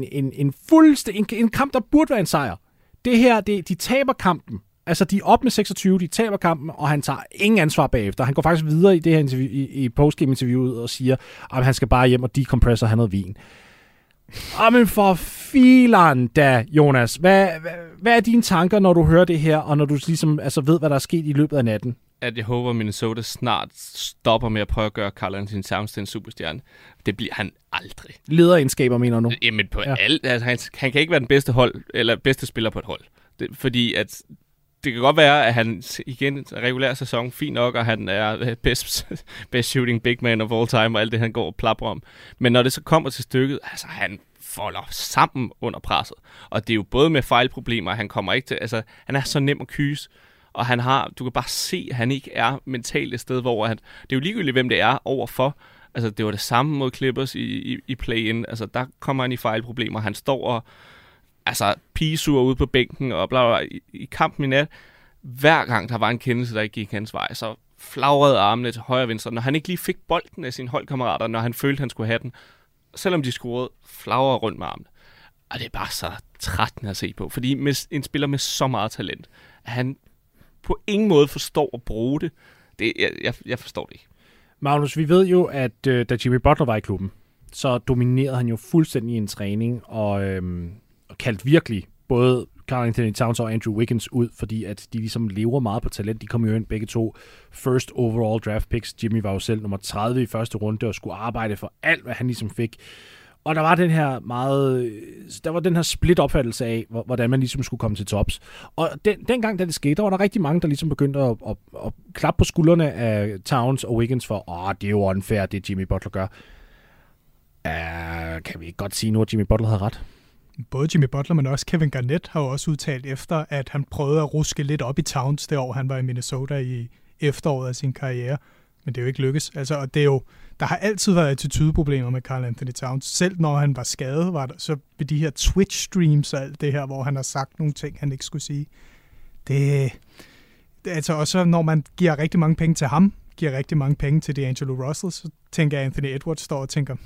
S2: en kamp, der burde være en sejr. Det her, de taber kampen. Altså, de er op med 26, de taber kampen, og han tager ingen ansvar bagefter. Han går faktisk videre i det her interview, i postgame-interviewet og siger, at han skal bare hjem og decompresse og have noget vin. Men for filan da, Jonas. Hvad er dine tanker, når du hører det her, og når du ligesom ved, hvad der er sket i løbet af natten?
S3: At jeg håber, Minnesota snart stopper med at prøve at gøre Karl Anthony Towns til en superstjerne. Det bliver han aldrig.
S2: Lederegenskaber, mener du?
S3: Jamen, på alt. Altså, han kan ikke være den bedste hold, eller bedste spiller på et hold. Fordi at det kan godt være, at han igen regulær sæson, fint nok, og han er best shooting big man of all time, og alt det, han går og plapper om. Men når det så kommer til stykket, altså han folder sammen under presset. Og det er jo både med fejlproblemer, han kommer ikke til, altså han er så nem at kyse. Og du kan bare se, at han ikke er mentalt et sted, hvor det er jo ligegyldigt, hvem det er overfor. Altså, det var det samme mod Clippers i play-in. Altså, der kommer han i fejlproblemer. Han står og pigesur ude på bænken og bla bla i kampen i nat. Hver gang der var en kendelse, der ikke gik hans vej, så flagrede armene til højre og venstre. Når han ikke lige fik bolden af sine holdkammerater, når han følte, han skulle have den, selvom de scorede, flagrede rundt med armene. Og det er bare så trættende at se på. Fordi en spiller med så meget talent, at han på ingen måde forstår at bruge det. Jeg forstår det ikke.
S2: Magnus, vi ved jo, at da Jimmy Butler var i klubben, så dominerede han jo fuldstændig i en træning og kaldte virkelig både Karl-Anthony Towns og Andrew Wiggins ud, fordi at de ligesom lever meget på talent. De kom jo ind begge to first overall draft picks. Jimmy var jo selv nummer 30 i første runde og skulle arbejde for alt, hvad han ligesom fik. Og der var den her split opfattelse af, hvordan man ligesom skulle komme til tops. Og dengang, da det skete, der var der rigtig mange, der ligesom begyndte at klappe på skuldrene af Towns og Wiggins for, det er jo unfair, det Jimmy Butler gør. Kan vi ikke godt sige nu, at Jimmy Butler havde ret?
S4: Både Jimmy Butler, men også Kevin Garnett har jo også udtalt efter, at han prøvede at ruske lidt op i Towns det år, han var i Minnesota i efteråret af sin karriere. Men det er jo ikke lykkes. Altså, og det er jo, der har altid været attitudeproblemer med Karl-Anthony Towns. Selv når han var skadet, var der så ved de her Twitch-streams og alt det her, hvor han har sagt nogle ting, han ikke skulle sige. Det altså også, når man giver rigtig mange penge til ham, giver rigtig mange penge til D'Angelo Russell, så tænker Anthony Edwards står og tænker,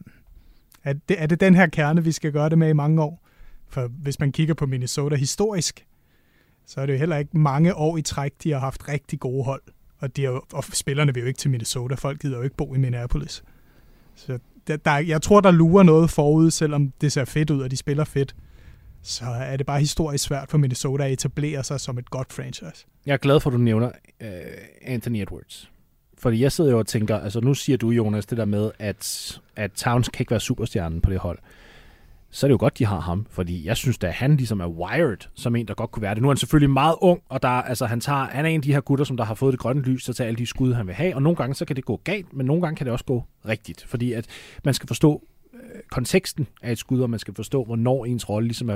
S4: er det den her kerne, vi skal gøre det med i mange år? For hvis man kigger på Minnesota historisk, så er det jo heller ikke mange år i træk, de har haft rigtig gode hold. Og spillerne vil jo ikke til Minnesota. Folk gider jo ikke bo i Minneapolis. Så jeg tror, der lurer noget forud, selvom det ser fedt ud, og de spiller fedt. Så er det bare historisk svært for Minnesota at etablere sig som et godt franchise.
S2: Jeg er glad for, at du nævner Anthony Edwards. Fordi jeg sidder jo og tænker, altså nu siger du, Jonas, det der med, at Towns kan ikke være superstjernen på det hold. Så er det jo godt, de har ham, fordi jeg synes, at han ligesom er wired som en, der godt kunne være det. Nu er han selvfølgelig meget ung, og han er en af de her gutter, som der har fået det grønne lys til alle de skud, han vil have, og nogle gange så kan det gå galt, men nogle gange kan det også gå rigtigt, fordi at man skal forstå konteksten af et skud, og man skal forstå, hvornår ens rolle ligesom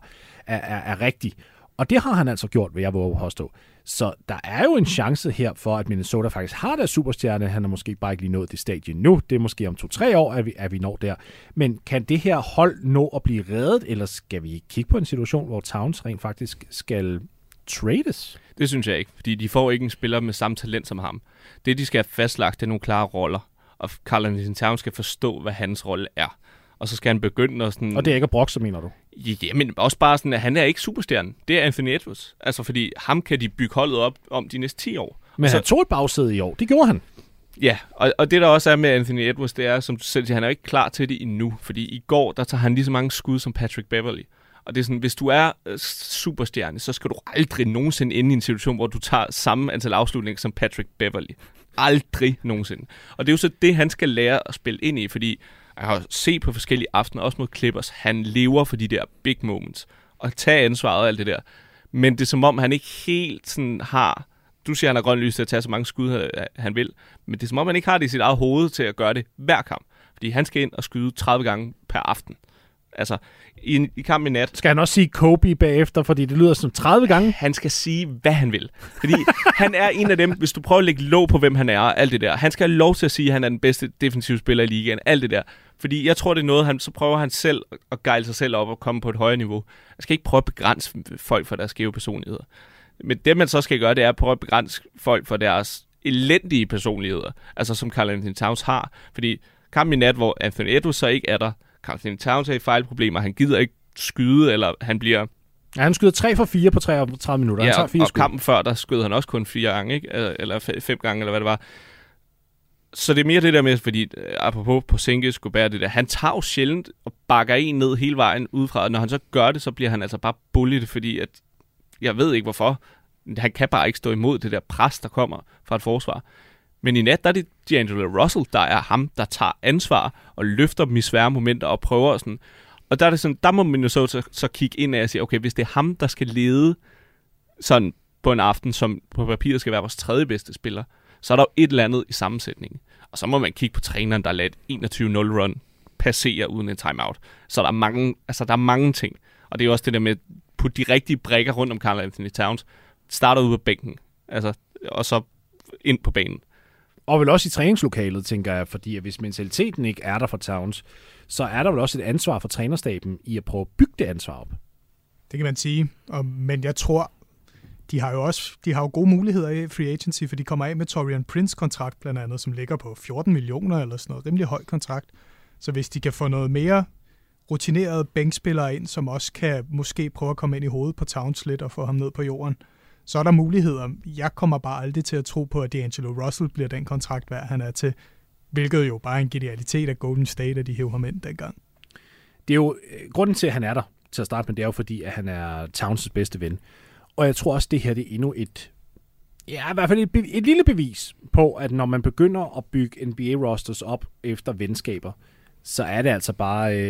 S2: er rigtig. Og det har han altså gjort, vil jeg våge at påstå. Så der er jo en chance her for, at Minnesota faktisk har deres superstjerne. Han har måske bare ikke lige nået det stadie nu. Det er måske om 2-3 år, at vi når der. Men kan det her hold nå at blive reddet, eller skal vi kigge på en situation, hvor Towns rent faktisk skal trades?
S3: Det synes jeg ikke, fordi de får ikke en spiller med samme talent som ham. Det, de skal have fastlagt, det er nogle klare roller. Og Karl-Anthony Towns skal forstå, hvad hans rolle er. Og så skal han begynde at sådan...
S2: Og det er ikke at brokke, så mener du?
S3: Ja, men også bare sådan, at han er ikke superstjernen. Det er Anthony Edwards. Altså, fordi ham kan de bygge holdet op om de næste 10 år.
S2: Men han tog et bagsæde i år. Det gjorde han.
S3: Ja, og det der også er med Anthony Edwards, det er, som du selv siger, han er ikke klar til det endnu. Fordi i går, der tager han lige så mange skud som Patrick Beverley. Og det er sådan, hvis du er superstjerne, så skal du aldrig nogensinde ende i en situation, hvor du tager samme antal afslutninger som Patrick Beverley. Aldrig nogensinde. Og det er jo så det, han skal lære at spille ind i, fordi jeg har set på forskellige aftener, også mod Clippers, han lever for de der big moments, og tager ansvaret og alt det der. Men det er som om, han ikke helt sådan har... Du siger, han har grøn lys til at tage så mange skud, han vil, men det er som om, han ikke har det i sit eget hoved til at gøre det hver kamp. Fordi han skal ind og skyde 30 gange per aften. Altså, i kampen i nat...
S2: Skal han også sige Kobe bagefter, fordi det lyder som 30 gange?
S3: Han skal sige, hvad han vil. Fordi han er en af dem, hvis du prøver at lægge låg på, hvem han er, alt det der. Han skal have lov til at sige, at han er den bedste defensive spiller i ligaen, alt det der. Fordi jeg tror, det er noget, så prøver han selv at gejle sig selv op og komme på et højere niveau. Jeg skal ikke prøve at begrænse folk for deres skæve personligheder. Men det, man så skal gøre, det er at prøve at begrænse folk for deres elendige personligheder. Altså som Karl-Anthony Towns har. Fordi kampen i nat, hvor Anthony Edwards så ikke er der, Karl-Anthony Towns er i fejlproblemer, han gider ikke skyde, eller han bliver...
S2: Ja, han skyder 3 for 4 på 33 minutter.
S3: Ja,
S2: han tager 4
S3: og kampen før, der skød han også kun 4 gange, ikke? Eller 5 gange, eller hvad det var. Så det er mere det der med, fordi apropos Porzingis skulle bære det der, han tager jo sjældent og bakker en ned hele vejen udefra, og når han så gør det, så bliver han altså bare bullet, fordi at, jeg ved ikke hvorfor, han kan bare ikke stå imod det der pres, der kommer fra et forsvar. Men i nat, der er det D'Angelo Russell, der er ham, der tager ansvar og løfter dem i svære momenter og prøver sådan. Og der er det sådan, der må Minnesota så kigge ind af og sige, okay, hvis det er ham, der skal lede sådan på en aften, som på papiret skal være vores 3. bedste spiller, så er der jo et eller andet i sammensætningen. Og så må man kigge på træneren, der lader et 21-0 run passere uden en timeout. Så der er mange ting. Og det er også det der med, at putte de rigtige brækker rundt om Karl-Anthony Towns. starter ude på bænken, altså, og så ind på banen.
S2: Og vel også i træningslokalet, tænker jeg, fordi at hvis mentaliteten ikke er der for Towns, så er der vel også et ansvar for trænerstaben i at prøve at bygge det ansvar op.
S4: Det kan man sige, men jeg tror, de har jo gode muligheder i free agency, for de kommer af med Taurean Prince-kontrakt blandt andet, som ligger på 14 millioner eller sådan noget, rimelig høj kontrakt. Så hvis de kan få noget mere rutinerede bænkspillere ind, som også kan måske prøve at komme ind i hovedet på Towns lidt og få ham ned på jorden, så er der muligheder. Jeg kommer bare aldrig til at tro på, at D'Angelo Russell bliver den kontrakt værd, han er til, hvilket jo bare er en genialitet af Golden State, at de hæver ham ind dengang.
S2: Det er jo grunden til, at han er der til at starte med, det er jo fordi, at han er Towns' bedste ven. Og jeg tror også, det her det er endnu et hvert fald et lille bevis på, at når man begynder at bygge NBA-rosters op efter venskaber, så er det altså bare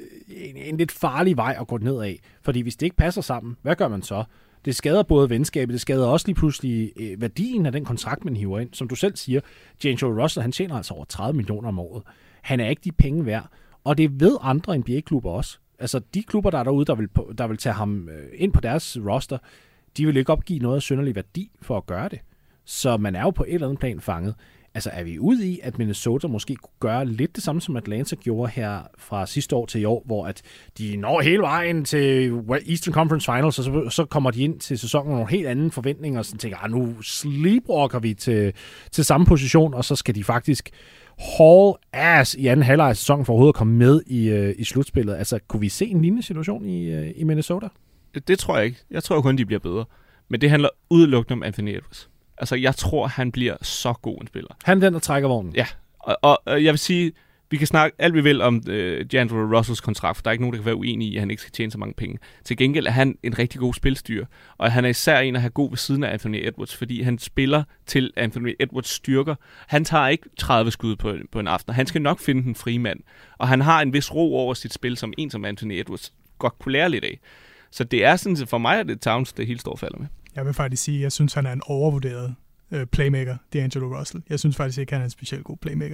S2: en lidt farlig vej at gå ned af. Fordi hvis det ikke passer sammen, hvad gør man så? Det skader både venskabet, det skader også lige pludselig værdien af den kontrakt, man hiver ind. Som du selv siger, D'Angelo Russell, han tjener altså over 30 millioner om året. Han er ikke de penge værd, og det ved andre NBA-klubber også. Altså de klubber, der er derude, der vil tage ham ind på deres roster, de vil ikke opgive noget af synderlig værdi for at gøre det. Så man er jo på et eller andet plan fanget. Altså er vi ude i, at Minnesota måske kunne gøre lidt det samme, som Atlanta gjorde her fra sidste år til i år, hvor at de når hele vejen til Eastern Conference Finals, og så kommer de ind til sæsonen med nogle helt anden forventninger, og så tænker nu sleepwalker vi til samme position, og så skal de faktisk haul ass i anden halvleg af sæsonen for overhovedet at komme med i slutspillet. Altså kunne vi se en lignende situation i Minnesota? Det
S3: tror jeg ikke. Jeg tror kun, de bliver bedre. Men det handler udelukkende om Anthony Edwards. Altså, jeg tror, han bliver så god en spiller.
S2: Han den, der trækker vognen.
S3: Ja, og jeg vil sige, vi kan snakke alt vi vil om D'Angelo Russells kontrakt, for der er ikke nogen, der kan være uenige i, at han ikke skal tjene så mange penge. Til gengæld er han en rigtig god spilstyr, og han er især en at have god ved siden af Anthony Edwards, fordi han spiller til Anthony Edwards styrker. Han tager ikke 30 skud på en aften, han skal nok finde den frie mand, og han har en vis ro over sit spil, som Anthony Edwards godt kunne lære lidt af. Så det er sådan, for mig er det Towns, det helt står falder med.
S4: Jeg vil faktisk sige, at jeg synes, han er en overvurderet playmaker, D'Angelo Russell. Jeg synes faktisk ikke, han er en specielt god playmaker.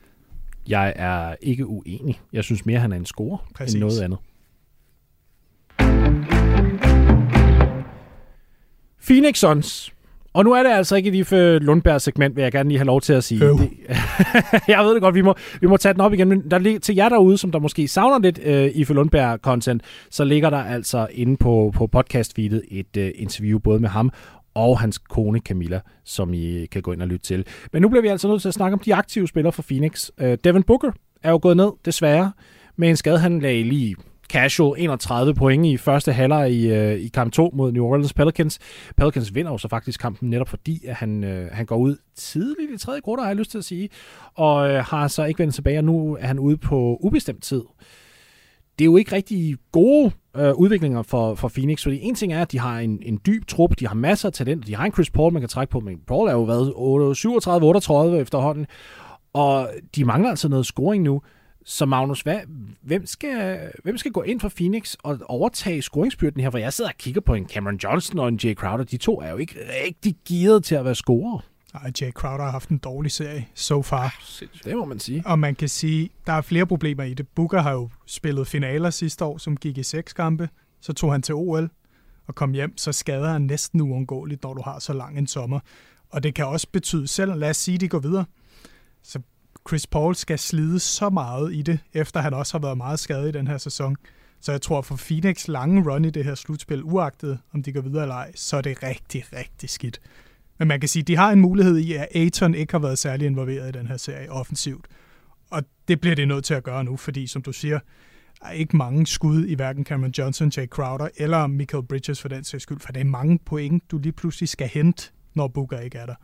S2: Jeg er ikke uenig. Jeg synes mere, han er en scorer end noget andet. Phoenix Suns. Og nu er det altså ikke i Ife Lundbergs segment, vil jeg gerne lige have lov til at sige. Jeg ved det godt, vi må tage den op igen, men der, til jer derude, som der måske savner lidt Ife Lundberg-content, så ligger der altså inde på podcast-feedet et interview både med ham og hans kone Camilla, som I kan gå ind og lytte til. Men nu bliver vi altså nødt til at snakke om de aktive spillere for Phoenix. Devin Booker er jo gået ned, desværre, med en skade, han lagde lige casual 31 point i første halvleg i kamp 2 mod New Orleans Pelicans. Pelicans vinder jo så faktisk kampen netop fordi, at han går ud tidligt i tredje kvartal, har jeg lyst til at sige, og har så ikke vendt tilbage, og nu er han ude på ubestemt tid. Det er jo ikke rigtig gode udviklinger for Phoenix, fordi en ting er, at de har en dyb trup, de har masser af talent, de har en Chris Paul, man kan trække på, men Paul er jo været 37-38 efterhånden, og de mangler altså noget scoring nu. Så Magnus, hvem skal gå ind for Phoenix og overtage scoringsbyrden her? For jeg sidder og kigger på en Cameron Johnson og en Jay Crowder. De to er jo ikke rigtig gearet til at være scorer.
S4: Nej, Jay Crowder har haft en dårlig serie so far.
S2: Det må man sige.
S4: Og man kan sige, der er flere problemer i det. Booker har jo spillet finaler sidste år, som gik i 6 kampe. Så tog han til OL og kom hjem, så skader han næsten uundgåeligt, når du har så lang en sommer. Og det kan også betyde, selv lad os sige, de går videre, så Chris Paul skal slide så meget i det, efter han også har været meget skadet i den her sæson. Så jeg tror, for Phoenix lange run i det her slutspil, uagtet om de går videre eller ej, så er det rigtig, rigtig skidt. Men man kan sige, at de har en mulighed i, at Ayton ikke har været særlig involveret i den her serie offensivt. Og det bliver det nødt til at gøre nu, fordi som du siger, der er ikke mange skud i hverken Cameron Johnson, Jay Crowder eller Michael Bridges for den sags skyld, for det er mange point, du lige pludselig skal hente, når Booker ikke er der.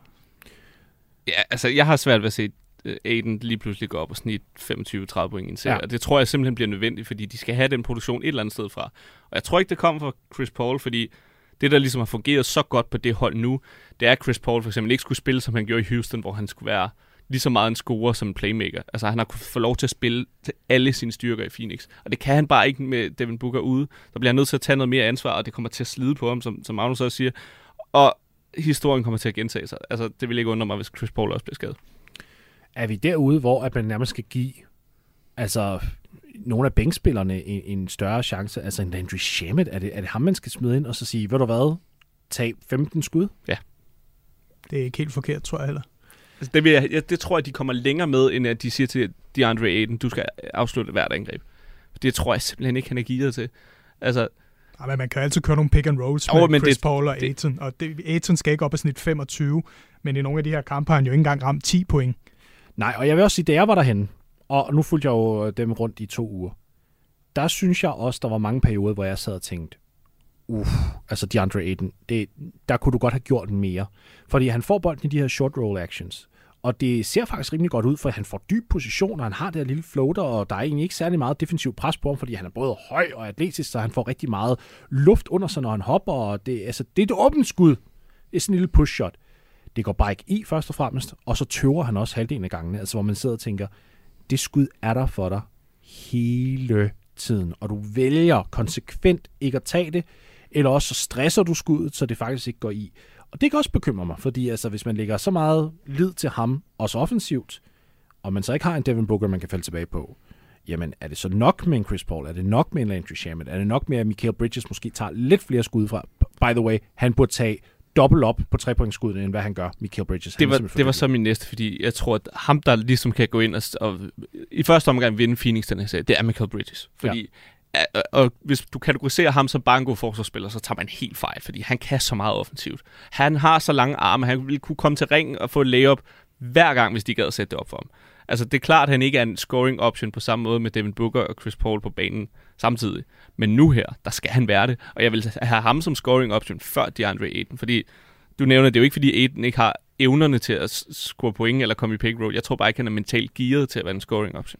S3: Ja, altså jeg har svært ved at se Aiden lige pludselig går op og snit 25-30 point i en serie. Ja. Og det tror jeg simpelthen bliver nødvendigt, fordi de skal have den produktion et eller andet sted fra. Og jeg tror ikke, det kommer fra Chris Paul, fordi det, der ligesom har fungeret så godt på det hold nu, det er, at Chris Paul for eksempel ikke skulle spille, som han gjorde i Houston, hvor han skulle være lige så meget en scorer som en playmaker. Altså han har kunnet få lov til at spille til alle sine styrker i Phoenix. Og det kan han bare ikke med Devin Booker ude. Der bliver han nødt til at tage noget mere ansvar, og det kommer til at slide på ham, som Magnus også siger. Og historien kommer til at gentage sig. Altså det vil ikke undre mig, hvis Chris Paul også bliver skadet.
S2: Er vi derude, hvor at man nærmest skal give nogle af bænkspillerne en større chance? Altså en Landry Shamet, er det ham, man skal smide ind og så sige, ved du hvad, tab 15 skud.
S3: Ja.
S4: Det er ikke helt forkert, tror jeg heller.
S3: Altså, det tror jeg, de kommer længere med, end at de siger til DeAndre Ayton, du skal afslutte hvert angreb. Det tror jeg simpelthen ikke, han er gearet til. Altså,
S4: men man kan altid køre nogle pick and rolls med Chris Paul og Ayton. Og Ayton skal ikke op på snit 25, men i nogle af de her kampe har han jo ikke engang ramt 10 point.
S2: Nej, og jeg vil også sige, da jeg var derhenne, og nu fulgte jeg jo dem rundt i 2 uger, der synes jeg også, der var mange perioder, hvor jeg sad og tænkte, altså DeAndre Ayton, der kunne du godt have gjort mere. Fordi han får bolden i de her short roll actions, og det ser faktisk rimelig godt ud, for han får dyb position, og han har det her lille floater, og der er egentlig ikke særlig meget defensiv pres på ham, fordi han er både høj og atletisk, så han får rigtig meget luft under sig, når han hopper, og det er et åbent skud. Det er sådan en lille push shot. Det går bare ikke i, først og fremmest, og så tøver han også halvdelen af gangene, altså hvor man sidder og tænker, det skud er der for dig hele tiden, og du vælger konsekvent ikke at tage det, eller også så stresser du skuddet, så det faktisk ikke går i. Og det kan også bekymre mig, fordi altså, hvis man lægger så meget lid til ham, også offensivt, og man så ikke har en Devin Booker, man kan falde tilbage på, jamen er det så nok med en Chris Paul? Er det nok med en Landry Shamet? Er det nok med, at Mikal Bridges måske tager lidt flere skud fra? By the way, han burde tage dobbelt op på 3-pointskuddet, end hvad han gør, Mikal Bridges.
S3: Det var så min næste, fordi jeg tror, at ham, der ligesom kan gå ind og i første omgang vinde Phoenix, den her serie, det er Mikal Bridges. Fordi og hvis du kategoriserer ham som bare en god forsvarsspiller, så tager man helt fejl, fordi han kan så meget offensivt. Han har så lange arme, han ville kunne komme til ringen og få et layup hver gang, hvis de gad at sætte det op for ham. Altså, det er klart, at han ikke er en scoring option på samme måde med Devin Booker og Chris Paul på banen samtidig. Men nu her, der skal han være det, og jeg vil have ham som scoring option før DeAndre Ayton, fordi du nævner, det er jo ikke, fordi Ayton ikke har evnerne til at score point eller komme i pick roll. Jeg tror bare ikke, han er mentalt gearet til at være en scoring option.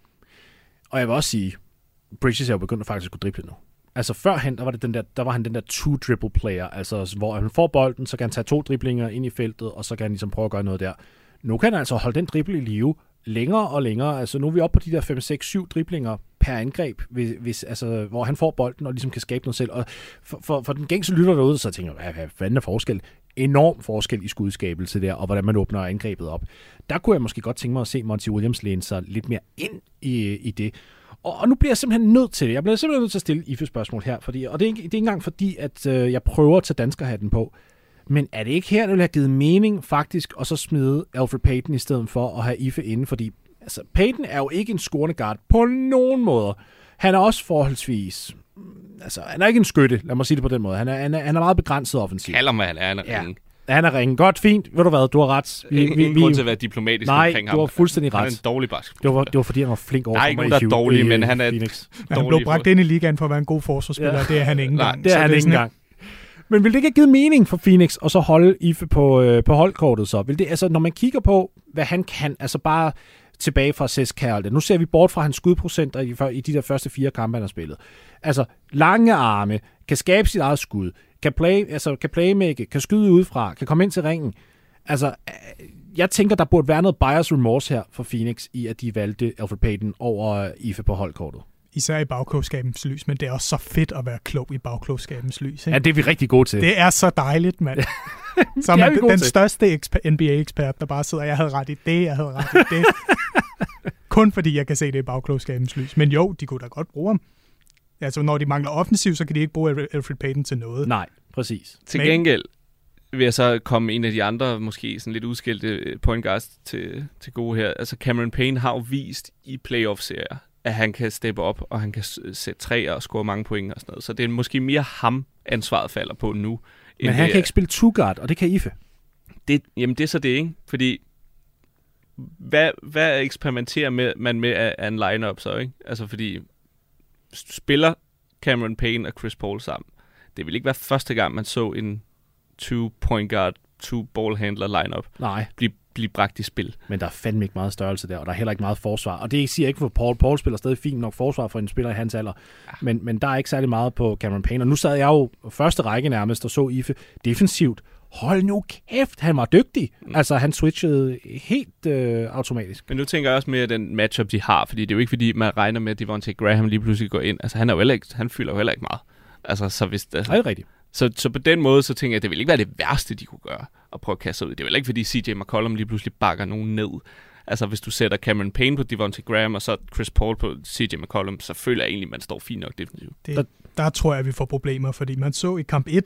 S2: Og jeg vil også sige, Bridges er jo begyndt at faktisk kunne drible nu. Altså førhen, der var han den der two-dribble player, altså hvor han får bolden, så kan han tage 2 driblinger ind i feltet, og så kan han ligesom prøve at gøre noget der. Nu kan han altså holde den drible i live længere og længere. Altså nu er vi oppe på de der 5, 6, 7 driblinger per angreb, altså, hvor han får bolden og ligesom kan skabe noget selv. Og for den gængse lytter derude, så tænker jeg, hvad fanden er forskel? Enorm forskel i skudskabelse der, og hvordan man åbner angrebet op. Der kunne jeg måske godt tænke mig at se Monty Williams læne sig lidt mere ind i det. Og nu bliver jeg simpelthen nødt til det. Jeg bliver simpelthen nødt til at stille Ife-spørgsmål her, og det er ikke engang fordi, at jeg prøver at tage danskerhatten på. Men er det ikke her, det ville have givet mening faktisk, og så smide Elfrid Payton i stedet for at have Ife inde? Fordi altså, Payton er jo ikke en scorende guard på nogen måder. Han er også forholdsvis... Altså, han er ikke en skytte, lad mig sige det på den måde. Han er meget begrænset offensivt.
S3: Kalder mig, han er en ringe.
S2: Ja, han er ringen. Godt, fint. Ved du hvad, du har ret.
S3: Ingen grund til at være diplomatisk omkring ham.
S2: Nej, du har fuldstændig ret.
S3: Han er en dårlig basketball.
S2: Det var fordi, han var flink over
S3: for mig i Phoenix. Der er ikke nogen, der er dårlig, men han er
S2: Phoenix.
S4: Han blev bragt ind i ligaen for at være en god forsvarsspiller, det er han ikke engang.
S2: Det er han ikke engang. Men vil det ikke have givet mening for Phoenix og så holde Ife på holdkortet så? Vil det, altså, når man kigger på, hvad han kan, altså bare tilbage fra Cesc Carroll. Nu ser vi bort fra hans skudprocenter i de der første 4 kampe, han har spillet. Altså, lange arme, kan skabe sit eget skud, kan playmake, kan skyde udefra, kan komme ind til ringen. Altså, jeg tænker, der burde være noget bias remorse her for Phoenix i, at de valgte Elfrid Payton over Ife på holdkortet.
S4: Især i bagklogskabens lys, men det er også så fedt at være klog i bagklogskabens lys. Ikke?
S2: Ja, det er vi rigtig gode til.
S4: Det er så dejligt, mand. Som den største NBA-ekspert, der bare sidder, jeg havde ret i det. Kun fordi jeg kan se det i bagklogskabens lys. Men jo, de kunne da godt bruge ham. Altså, når de mangler offensiv, så kan de ikke bruge Elfrid Payton til noget.
S2: Nej, præcis.
S3: Til gengæld vil jeg så komme en af de andre, måske sådan lidt udskilte point guards til gode her. Altså, Cameron Payne har jo vist i playoff-serier, at han kan steppe op, og han kan sætte 3 og score mange point og sådan noget. Så det er måske mere ham, ansvaret falder på nu.
S2: Men han kan ikke spille two-guard, og det kan Ife.
S3: Jamen, det er så det, ikke? Fordi, hvad eksperimenterer man med af en line-up så, ikke? Altså, fordi spiller Cameron Payne og Chris Paul sammen. Det vil ikke være første gang, man så en 2-point guard, 2-ball-handler line-up blive bragt i spil.
S2: Men der er fandme ikke meget størrelse der, og der er heller ikke meget forsvar. Og det siger ikke, for Paul spiller stadig fint nok forsvar for en spiller i hans alder. Men der er ikke særlig meget på Cameron Payne. Og nu sad jeg jo første række nærmest og så Ife defensivt. Hold nu kæft, han var dygtig. Altså, han switchede helt automatisk.
S3: Men nu tænker jeg også mere den matchup, de har, fordi det er jo ikke, fordi man regner med, at Devontae Graham lige pludselig går ind. Altså, han fylder jo heller ikke meget. Altså, så hvis det...
S2: Er det rigtigt?
S3: Så på den måde, så tænker jeg, at det vil ikke være det værste, de kunne gøre at prøve at kaste ud. Det er vel ikke, fordi CJ McCollum lige pludselig bakker nogen ned. Altså, hvis du sætter Cameron Payne på Devontae Graham, og så Chris Paul på CJ McCollum, så føler jeg egentlig, at man står fint nok defensivt.
S4: Der tror jeg, vi får problemer, fordi man så i kamp 1,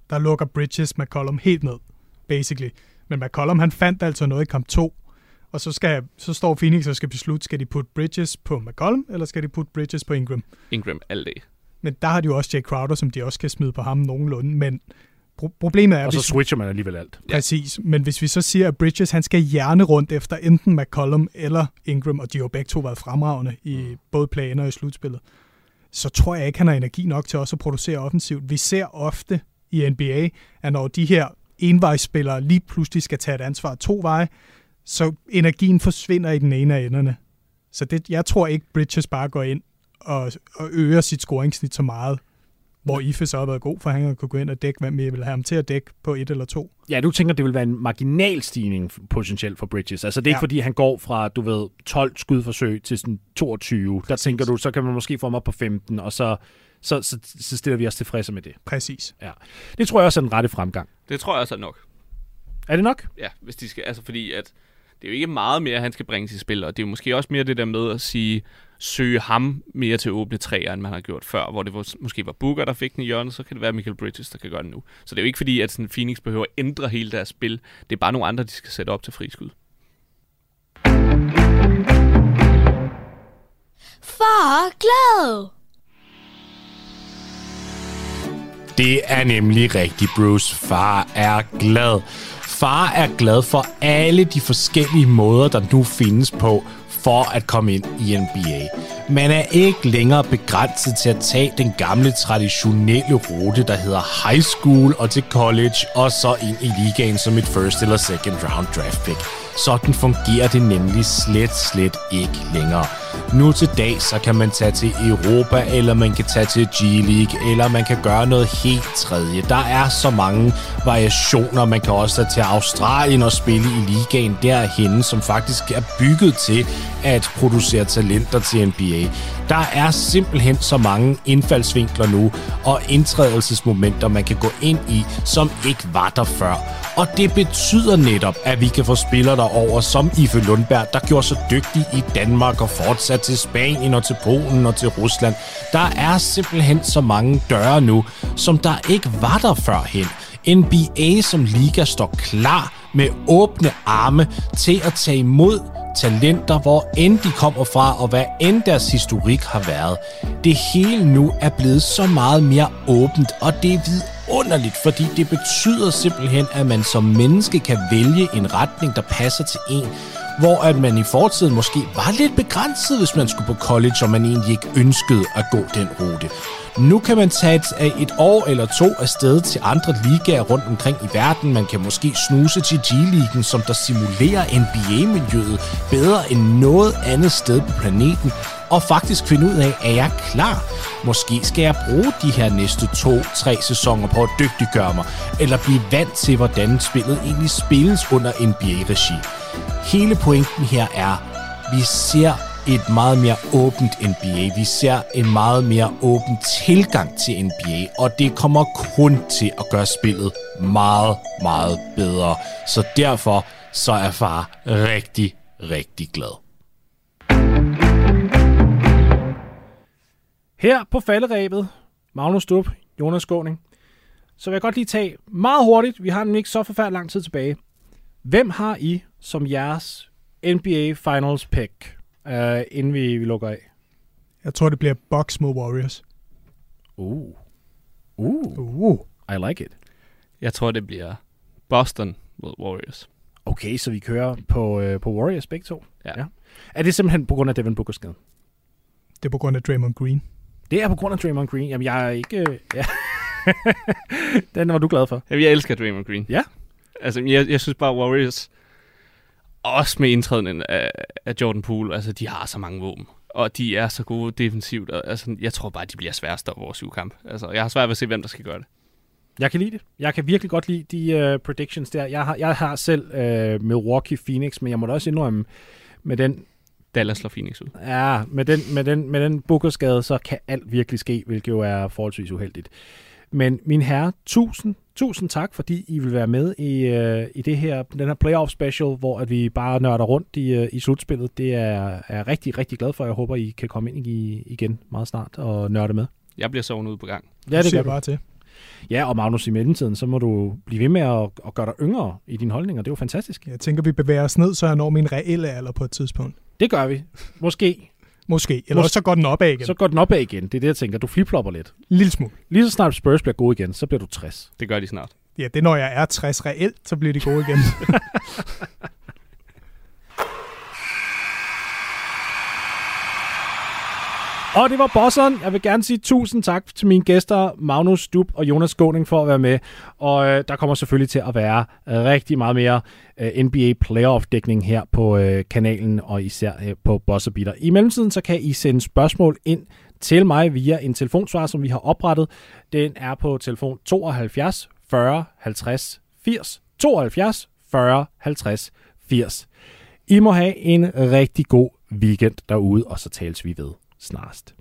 S4: der lukker Bridges McCollum helt ned, basically. Men McCollum, han fandt altså noget i kamp 2, og så står Phoenix og skal beslutte, skal de putte Bridges på McCollum, eller skal de putte Bridges på Ingram?
S3: Ingram alle dage.
S4: Men der har de jo også Jay Crowder, som de også kan smide på ham nogenlunde, men problemet er...
S2: Og så switcher man alligevel alt.
S4: Præcis, men hvis vi så siger, at Bridges, han skal hjerne rundt efter enten McCollum eller Ingram, og de har jo begge to været fremragende i både planer og i slutspillet, så tror jeg ikke, han har energi nok til også at producere offensivt. Vi ser ofte i NBA, at når de her envejsspillere lige pludselig skal tage et ansvar 2 veje, så energien forsvinder i den ene af enderne. Så jeg tror ikke, Bridges bare går ind og øger sit scoringssnit så meget, hvor Ife så har været god, for han kan gå ind og dække, hvem vi vil have ham til at dække på 1 eller 2.
S2: Ja, du tænker, det vil være en marginal stigning potentielt for Bridges. Altså det er ikke fordi, han går fra, 12 skudforsøg til sådan 22. Der tænker du, så kan man måske få ham op på 15, og så stiller vi os tilfredse med det.
S4: Præcis.
S2: Ja. Det tror jeg også er den rette fremgang.
S3: Det tror jeg også er nok.
S2: Er det nok?
S3: Ja, hvis de skal, altså fordi at det er jo ikke meget mere, han skal bringe til spil, og det er jo måske også mere det der med at søge ham mere til at åbne træer, end man har gjort før, hvor det måske var Booker, der fik den i hjørnet, så kan det være Michael Bridges, der kan gøre det nu. Så det er jo ikke fordi, at sådan Phoenix behøver at ændre hele deres spil. Det er bare nogle andre, de skal sætte op til friskud.
S7: Far glad!
S2: Det er nemlig rigtigt, Bruce. Far er glad. Far er glad for alle de forskellige måder, der nu findes på for at komme ind i NBA. Man er ikke længere begrænset til at tage den gamle traditionelle rute, der hedder high school og til college, og så ind i ligaen som et first eller second round draft pick. Sådan fungerer det nemlig slet ikke længere. Nu til dag, så kan man tage til Europa, eller man kan tage til G-League, eller man kan gøre noget helt tredje. Der er så mange variationer. Man kan også tage til Australien og spille i ligaen derhenne, som faktisk er bygget til at producere talenter til NBA. Der er simpelthen så mange indfaldsvinkler nu, og indtrædelsesmomenter, man kan gå ind i, som ikke var der før. Og det betyder netop, at vi kan få spillere derover som Ife Lundberg, der gjorde sig dygtig i Danmark og fortsat til Spanien og til Polen og til Rusland. Der er simpelthen så mange døre nu, som der ikke var der førhen. NBA som liga står klar med åbne arme til at tage imod talenter, hvor end de kommer fra, og hvad end deres historik har været. Det hele nu er blevet så meget mere åbent, og det er vidunderligt, fordi det betyder simpelthen, at man som menneske kan vælge en retning, der passer til en, hvor at man i fortiden måske var lidt begrænset, hvis man skulle på college, og man egentlig ikke ønskede at gå den rute. Nu kan man tage et år eller 2 afsted til andre ligaer rundt omkring i verden. Man kan måske snuse til G-Leagen, som der simulerer NBA-miljøet bedre end noget andet sted på planeten, og faktisk finde ud af, er jeg klar? Måske skal jeg bruge de her næste 2-3 sæsoner på at dygtiggøre mig, eller blive vant til, hvordan spillet egentlig spilles under NBA-regi. Hele pointen her er, vi ser et meget mere åbent NBA. Vi ser en meget mere åben tilgang til NBA, og det kommer kun til at gøre spillet meget, meget bedre. Så derfor så er far rigtig, rigtig glad. Her på falderæbet, Magnus Stup, Jonas Skåning, så vil jeg godt lige tage meget hurtigt, vi har nemlig ikke så forfærdelig lang tid tilbage. Hvem har I som jeres NBA Finals pick, inden vi lukker af?
S4: Jeg tror, det bliver Bucks mod Warriors.
S2: I like it.
S3: Jeg tror, det bliver Boston mod Warriors.
S2: Okay, så vi kører på Warriors begge to?
S3: Ja.
S2: Er det simpelthen på grund af Devin Booker skade?
S4: Det er på grund af Draymond Green.
S2: Det er på grund af Draymond Green. Jamen, jeg er ikke... Ja. Den var du glad for.
S3: Jamen, jeg elsker Draymond Green.
S2: Ja.
S3: Altså, jeg synes bare, Warriors, også med indtræden af Jordan Poole, altså, de har så mange våben. Og de er så gode defensivt. Og, altså, jeg tror bare, de bliver svære at stoppe over 7 kamp. Altså, jeg har svært ved at se, hvem der skal gøre det.
S2: Jeg kan lide det. Jeg kan virkelig godt lide de predictions der. Jeg har selv Milwaukee Phoenix, men jeg må da også indrømme, med den...
S3: Dallas slår Phoenix ud.
S2: Ja, med den Booker-skade, så kan alt virkelig ske, hvilket jo er forholdsvis uheldigt. Men mine herrer, tusind tak, fordi I vil være med i den her playoff special, hvor at vi bare nørder rundt i slutspillet. Det er jeg rigtig, rigtig glad for. Jeg håber, I kan komme ind igen meget snart og nørde med.
S3: Jeg bliver sovnet ud på gang.
S2: Ja, det gør
S4: bare til.
S2: Ja, og Magnus, i mellemtiden, så må du blive ved med at gøre dig yngre i dine holdninger. Det er jo fantastisk.
S4: Jeg tænker, vi bevæger os ned, så jeg når min reelle alder på et tidspunkt.
S2: Det gør vi. Måske.
S4: Eller også så går den opad igen.
S2: Så går den opad igen. Det er det, jeg tænker. Du flipflopper lidt.
S4: En lille smule.
S2: Lige så snart Spurs bliver gode igen, så bliver du 60.
S3: Det gør de snart.
S4: Ja, det når jeg er 60 reelt, så bliver de gode igen.
S2: Og det var bosseren. Jeg vil gerne sige tusind tak til mine gæster, Magnus Stub og Jonas Skåning, for at være med. Og der kommer selvfølgelig til at være rigtig meget mere NBA playoff-dækning her på kanalen, og især på Buzzer Beater. I mellemtiden så kan I sende spørgsmål ind til mig via en telefonsvar, som vi har oprettet. Den er på telefon 72 40 50 80. 72 40 50 80. I må have en rigtig god weekend derude, og så tales vi ved snarest.